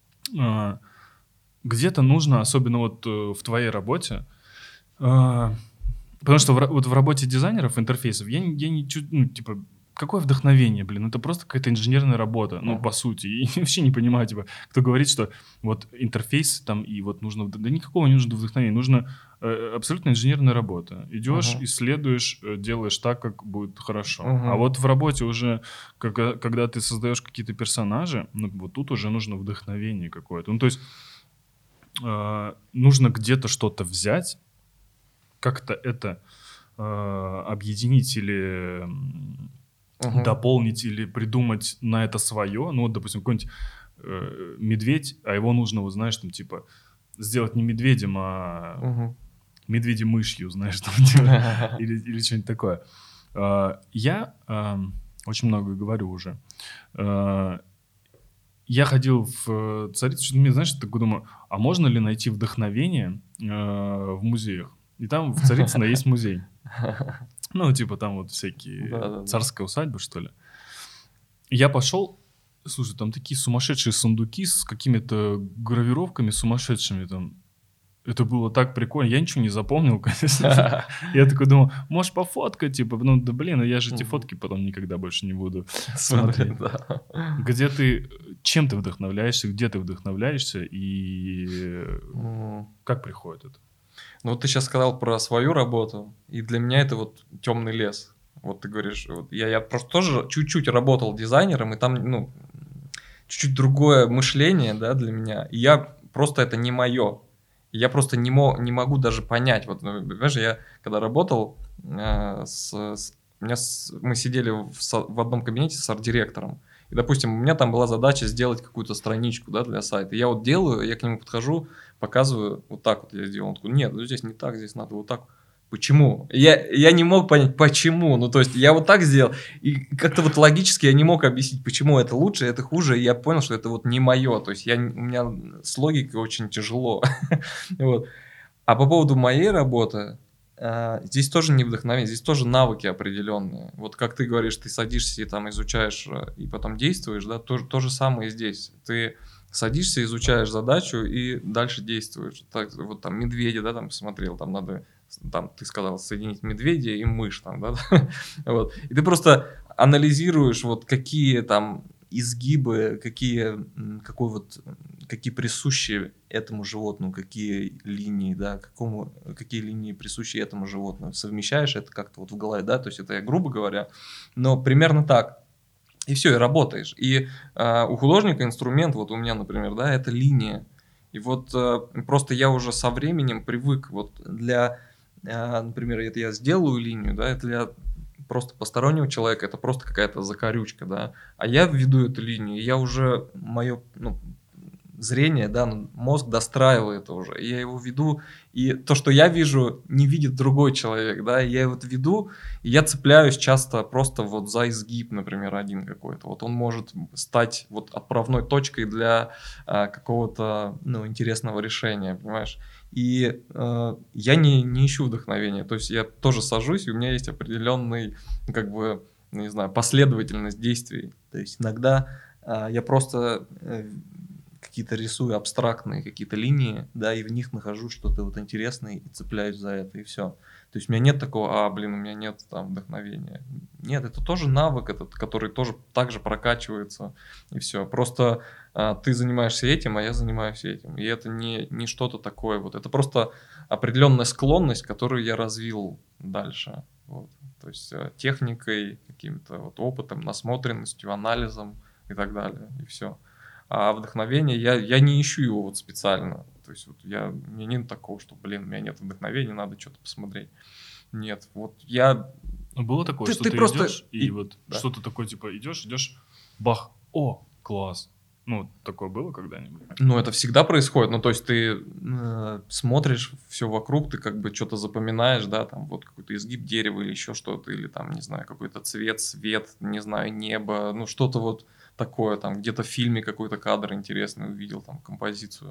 A: Где-то нужно, особенно вот в твоей работе, потому что вот в работе дизайнеров интерфейсов я не типа, какое вдохновение, блин, это просто какая-то инженерная работа, ну, по сути. И вообще не понимаю, типа, кто говорит, что вот интерфейс там, и вот нужно... Да никакого не нужно вдохновения, нужно абсолютно инженерная работа. Идешь, исследуешь, делаешь так, как будет хорошо. А вот в работе уже, когда ты создаешь какие-то персонажи, ну, вот тут уже нужно вдохновение какое-то. Ну, то есть нужно где-то что-то взять, как-то это объединить или... дополнить или придумать на это свое. Ну, вот, допустим, какой-нибудь медведь, а его нужно, вот, знаешь, там, типа, сделать не медведем, а медведем-мышью, знаешь, там, типа, или что-нибудь такое. Я очень много говорю уже. Я ходил в Царицыно, знаешь, я такой думаю, а можно ли найти вдохновение в музеях? И там в Царицыно есть музей. Ну, типа там вот всякие царская усадьба, что ли. Я пошел, слушай, там такие сумасшедшие сундуки с какими-то гравировками сумасшедшими там. Это было так прикольно. Я ничего не запомнил, конечно. Я такой думал, можешь пофоткать, типа, ну да блин, я же эти фотки потом никогда больше не буду смотреть. Где ты, чем ты вдохновляешься, где ты вдохновляешься и как приходит это?
B: Ну, вот ты сейчас сказал про свою работу, и для меня это вот темный лес. Вот ты говоришь, вот я просто тоже чуть-чуть работал дизайнером, и там, ну, чуть-чуть другое мышление, да, для меня. И я просто это не мое. Я просто не могу даже понять. Вот, ну, понимаешь, я когда работал с мы сидели в одном кабинете с арт-директором. И, допустим, у меня там была задача сделать какую-то страничку, да, для сайта. Я вот делаю, я к нему подхожу, показываю, вот так вот я сделал. Он такой, нет, ну здесь не так, здесь надо вот так. Почему? Я не мог понять, почему. Ну, то есть, я вот так сделал, и как-то вот логически я не мог объяснить, почему это лучше, это хуже, и я понял, что это вот не мое. То есть, у меня с логикой очень тяжело. Вот. А по поводу моей работы, здесь тоже не вдохновение, здесь тоже навыки определенные. Вот как ты говоришь, ты садишься и там изучаешь, и потом действуешь, да, то же самое и здесь. Ты садишься, изучаешь задачу и дальше действуешь. Так, вот там медведя, да, там посмотрел, там надо, там ты сказал, соединить медведя и мышь, там, да, вот. И ты просто анализируешь, вот какие там изгибы, какие присущи этому животному, какие линии, да, какие линии присущи этому животному. Совмещаешь это как-то вот в голове, да, то есть это я грубо говоря, но примерно так. И все, и работаешь. И у художника инструмент, вот у меня, например, да, это линия. И вот просто я уже со временем привык вот для, например, это я сделаю линию, да, это для просто постороннего человека, это просто какая-то закорючка, да, а я введу эту линию, и я уже, мое, зрение, да, мозг достраивает это уже, и я его веду, и то, что я вижу, не видит другой человек, да, и я его веду, и я цепляюсь часто просто вот за изгиб, например, один какой-то, вот он может стать вот отправной точкой для какого-то, интересного решения, понимаешь, и я не ищу вдохновения, то есть я тоже сажусь, и у меня есть определенный, как бы, не знаю, последовательность действий, то есть иногда я просто какие-то рисую абстрактные какие-то линии, да, и в них нахожу что-то вот интересное и цепляюсь за это, и все. То есть у меня нет такого, у меня нет там вдохновения. Нет, это тоже навык, который тоже так же прокачивается, и все. Просто ты занимаешься этим, а я занимаюсь этим. И это не что-то такое, вот. Это просто определенная склонность, которую я развил дальше. Вот. То есть техникой, каким-то вот опытом, насмотренностью, анализом и так далее, и все. А вдохновение, я не ищу его вот специально. То есть вот у меня нет такого, что, у меня нет вдохновения, надо что-то посмотреть. Нет, вот я...
A: Было такое, что ты просто идешь, и вот да. Что-то такое, типа, идешь, бах, о, класс. Такое было когда-нибудь?
B: Это всегда происходит. То есть ты смотришь все вокруг, ты как бы что-то запоминаешь, да, там вот какой-то изгиб дерева или еще что-то, или там, не знаю, какой-то цвет, свет, не знаю, небо, что-то вот такое, там где-то в фильме какой-то кадр интересный увидел, там композицию.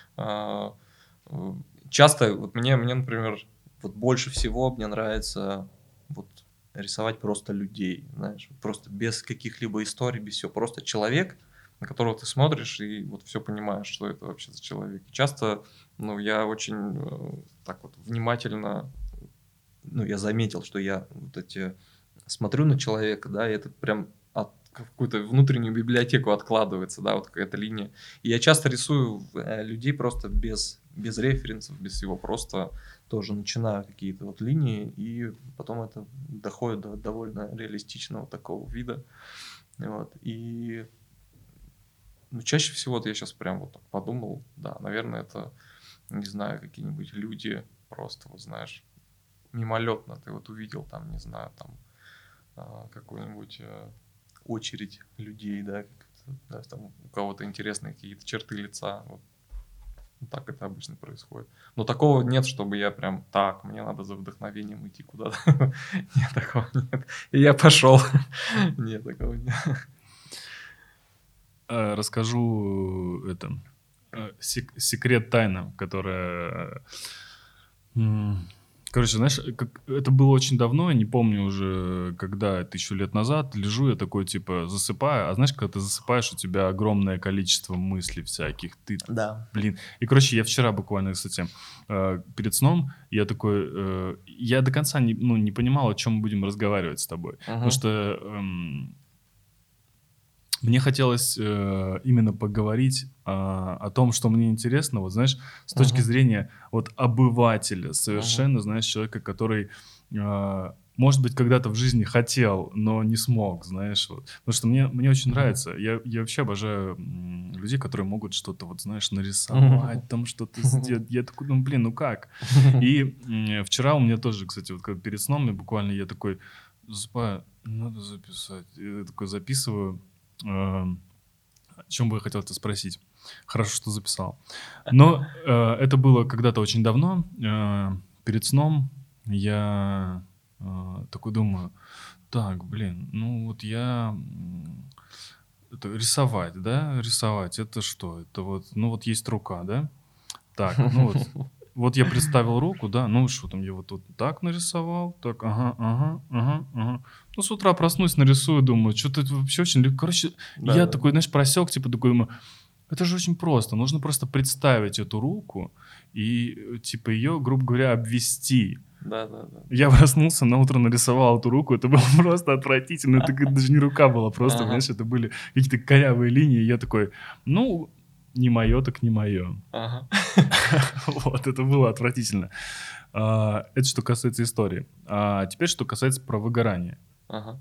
B: Часто вот мне, например, вот больше всего мне нравится вот рисовать просто людей, знаешь, просто без каких-либо историй, без всего, просто человек, на которого ты смотришь и вот все понимаешь, что это вообще за человек. И часто, я очень так вот внимательно, я заметил, что я вот смотрю на человека, да, и это прям какую-то внутреннюю библиотеку откладывается, да, вот какая-то линия. И я часто рисую людей просто без референсов, без всего, просто тоже начинаю какие-то вот линии, и потом это доходит до довольно реалистичного такого вида. Вот. И чаще всего вот я сейчас прям вот так подумал, да, наверное, это, не знаю, какие-нибудь люди просто, вот знаешь, мимолетно ты вот увидел там, не знаю, там какую-нибудь очередь людей, да, там у кого-то интересные какие-то черты лица, вот так это обычно происходит. Но такого нет, чтобы я прям так, мне надо за вдохновением идти куда-то. Нет, такого нет. И я пошел. Нет, такого нет.
A: Расскажу секрет тайна, которая... Короче, знаешь, это было очень давно, я не помню уже, когда, 1000 лет назад, лежу я такой, типа, засыпаю, а знаешь, когда ты засыпаешь, у тебя огромное количество мыслей всяких,
B: да.
A: И, короче, я вчера буквально, кстати, перед сном, я такой, я до конца не понимал, о чем мы будем разговаривать с тобой, потому что... Мне хотелось именно поговорить о том, что мне интересно, вот знаешь, с точки зрения вот обывателя, совершенно, знаешь, человека, который, может быть, когда-то в жизни хотел, но не смог, знаешь, вот. Потому что мне очень нравится, я вообще обожаю людей, которые могут что-то, вот знаешь, нарисовать, там что-то сделать. Я такой, как? И вчера у меня тоже, кстати, вот перед сном, буквально я такой... Засыпаю, надо записать. Я такой записываю. О чем бы я хотел это спросить? Хорошо, что записал. Но это было когда-то очень давно. Перед сном я такой думаю, так, блин, ну вот я... Это рисовать, да? Рисовать, это что? Это вот, ну вот есть рука, да? Так, ну вот. Вот я представил руку, да, ну что там, я вот тут так нарисовал, так, ага. Ну, с утра проснусь, нарисую, думаю, что-то это вообще очень легко. Короче,
B: Да,
A: я
B: да.
A: такой, знаешь, просек, типа такой, думаю, это же очень просто, нужно просто представить эту руку и, типа, ее, грубо говоря, обвести.
B: Да.
A: Я проснулся, на утро нарисовал эту руку, это было просто отвратительно, это даже не рука была, просто,
B: Ага.
A: понимаешь, это были какие-то корявые линии, и я такой, ну, не мое, так не мое.
B: Ага.
A: Вот, это было отвратительно. Это что касается истории. А теперь, что касается про выгорание.
B: Ага.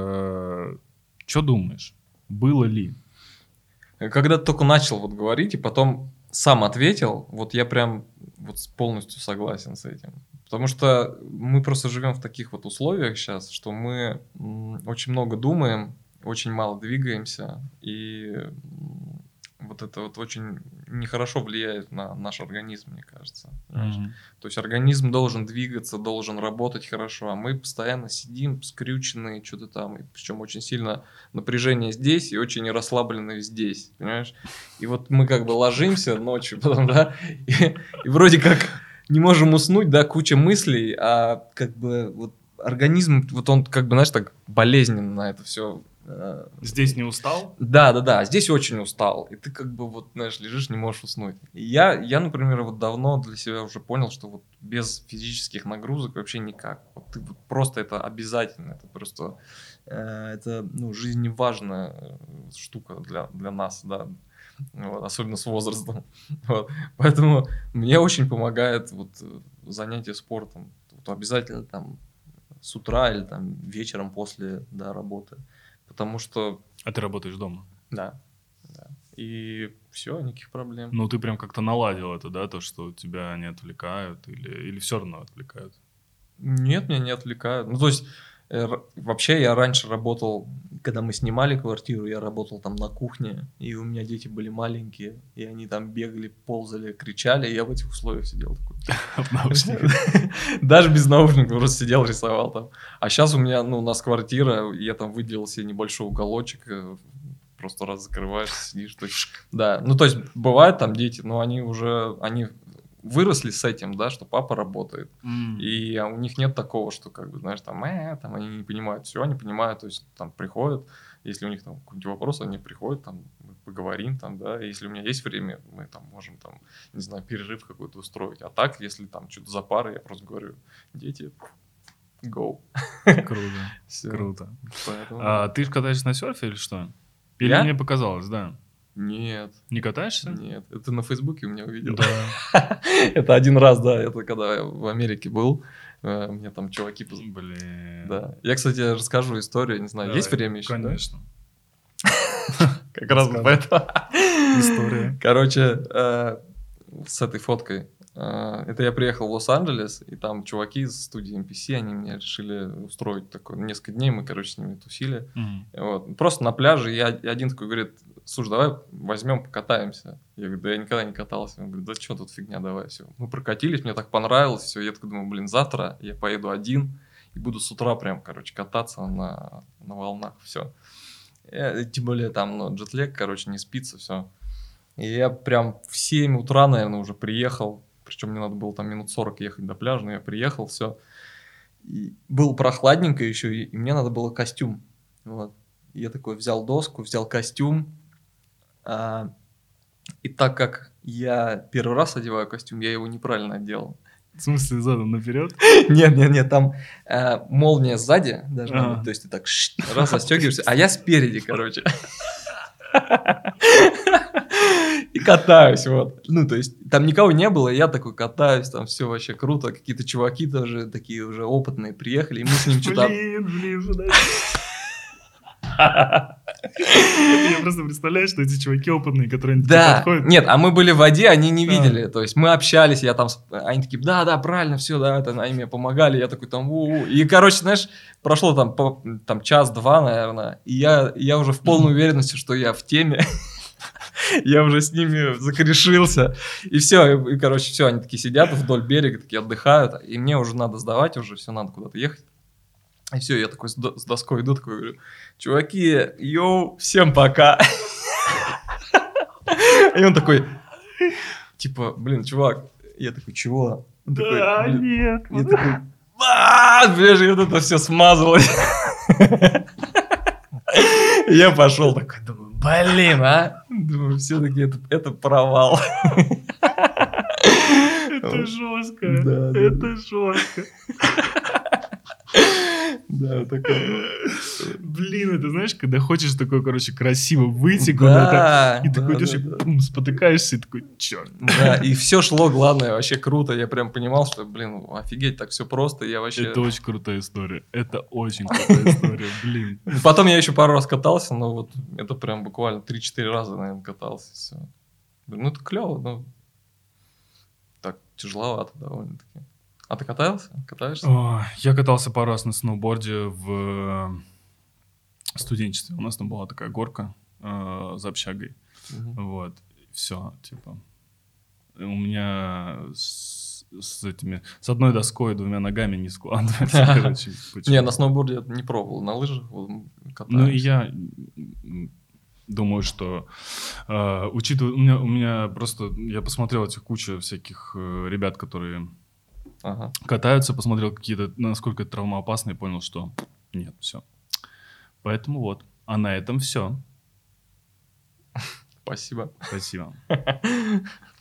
A: Что думаешь? Было ли?
B: Когда ты только начал вот говорить, и потом сам ответил, вот я прям вот полностью согласен с этим. Потому что мы просто живем в таких вот условиях сейчас, что мы очень много думаем, очень мало двигаемся, и вот это вот очень нехорошо влияет на наш организм, мне кажется. Понимаешь? То есть организм должен двигаться, должен работать хорошо, а мы постоянно сидим скрюченные, что-то там, и причем очень сильно напряжение здесь и очень расслабленные здесь, понимаешь? И вот мы как бы ложимся ночью, потом, да, и вроде как не можем уснуть, да, куча мыслей, а как бы вот организм, вот он как бы, знаешь, так болезненно на это все.
A: Здесь не устал?
B: Да, здесь очень устал, и ты как бы вот, знаешь, лежишь, не можешь уснуть. И я, например, вот давно для себя уже понял, что вот без физических нагрузок вообще никак. Вот ты вот просто это обязательно, это просто, это, ну, жизненно важная штука для нас, да, вот, особенно с возрастом. Вот. Поэтому мне очень помогает вот занятие спортом. Вот обязательно там с утра или там вечером после, да, работы. Потому что...
A: А ты работаешь дома?
B: Да. И все, никаких проблем.
A: Ну, ты прям как-то наладил это, да, то, что тебя не отвлекают или все равно отвлекают?
B: Нет, меня не отвлекают. Ну, то есть, вообще я раньше работал, когда мы снимали квартиру, я работал там на кухне, и у меня дети были маленькие, и они там бегали, ползали, кричали, и я в этих условиях сидел такой.
A: В наушниках?
B: Даже без наушников, просто сидел, рисовал там. А сейчас у меня, ну, у нас квартира, я там выделил себе небольшой уголочек, просто раз закрываешь, сидишь. То есть, да, ну, то есть, бывают там дети, но они уже, они выросли с этим, да, что папа работает. И у них нет такого, что, как бы, знаешь, там они не понимают. Все, они понимают, то есть, там, приходят, если у них там какой-нибудь вопрос, они приходят, там, мы поговорим, там, да, если у меня есть время, мы там можем, там, не знаю, перерыв какой-то устроить. А так, если там что-то за парой, я просто говорю, дети, go.
A: Круто,
B: Всё.
A: круто.
B: Поэтому...
A: А ты катаешься на серфе или что? Или
B: Я?
A: мне показалось, да.
B: Нет.
A: Не катаешься?
B: Нет. Это на Фейсбуке у меня увидел.
A: Да.
B: Это один раз, да. Это когда я в Америке был. Мне там чуваки...
A: Блин.
B: Да. Я, кстати, расскажу историю. Не знаю, есть время еще?
A: Конечно.
B: Как раз вот поэтому.
A: История.
B: Короче, с этой фоткой. Это я приехал в Лос-Анджелес, и там чуваки из студии MPC, они мне решили устроить такое. Несколько дней мы, короче, с ними тусили. Вот. Просто на пляже. И один такой говорит, слушай, давай возьмем, покатаемся. Я говорю, да я никогда не катался. Он говорит, да что тут фигня, давай, все. Мы прокатились, мне так понравилось, все. Я такой думаю, блин, завтра я поеду один и буду с утра прям, короче, кататься на волнах, все. Тем более там, ну, джетлэг, короче, не спится, все. И я прям в 7 утра, наверное, уже приехал. Причем мне надо было там минут 40 ехать до пляжа, но я приехал, все. И было прохладненько еще, и мне надо было костюм. Вот. И я такой взял доску, взял костюм. И так как я первый раз одеваю костюм, я его неправильно одел.
A: В смысле, задом наперед?
B: Нет, там молния сзади должна быть, то есть ты так раз застегиваешься, а я спереди, короче. И катаюсь, вот. Ну, то есть, там никого не было, я такой катаюсь, там все вообще круто. Какие-то чуваки тоже такие уже опытные приехали, и мы с ним что-то...
A: Блин, подожди. Я просто представляю, что эти чуваки опытные, которые
B: подходят. Нет, а мы были в воде, они не видели. То есть мы общались, они такие, да, правильно, все, да, они мне помогали. Я такой там, И, короче, знаешь, прошло там час-два, наверное, и я уже в полной уверенности, что я в теме. Я уже с ними закорешился. И все, и, короче, все, они такие сидят вдоль берега, такие отдыхают, и мне уже надо сдавать, уже все, надо куда-то ехать. И все, я такой с доской иду, такой говорю, чуваки, йоу, всем пока. И он такой, типа, блин, чувак. Я такой, чего? Он такой,
A: нет.
B: Я такой, блин, вот это все смазалось. Я пошел такой, думаю, блин, думаю, все-таки это провал.
A: Это жестко. Это жестко.
B: Да, такое.
A: Блин, это знаешь, когда хочешь такой, короче, красиво выйти куда-то, и такой идешь, и спотыкаешься, и такой, черт.
B: Да, и все шло, главное, вообще круто. Я прям понимал, что, блин, офигеть, так все просто. Я вообще...
A: Это очень крутая история. Это очень крутая история, блин.
B: Потом я еще пару раз катался, но вот это прям буквально 3-4 раза, наверное, катался. Все. Ну, это клево, но так тяжеловато довольно-таки. А ты катаешься?
A: Я катался пару раз на сноуборде в студенчестве. У нас там была такая горка за общагой. Вот. Все, типа. У меня с одной доской, 2 ногами не складывается. Короче,
B: не, на сноуборде я не пробовал, на лыжах катаюсь.
A: Ну, и я думаю, что учитывая... У меня просто... Я посмотрел этих кучу всяких ребят, которые... катаются, посмотрел какие-то, насколько это травмоопасно, и понял, что нет, все. Поэтому вот. А на этом все.
B: Спасибо.
A: Спасибо.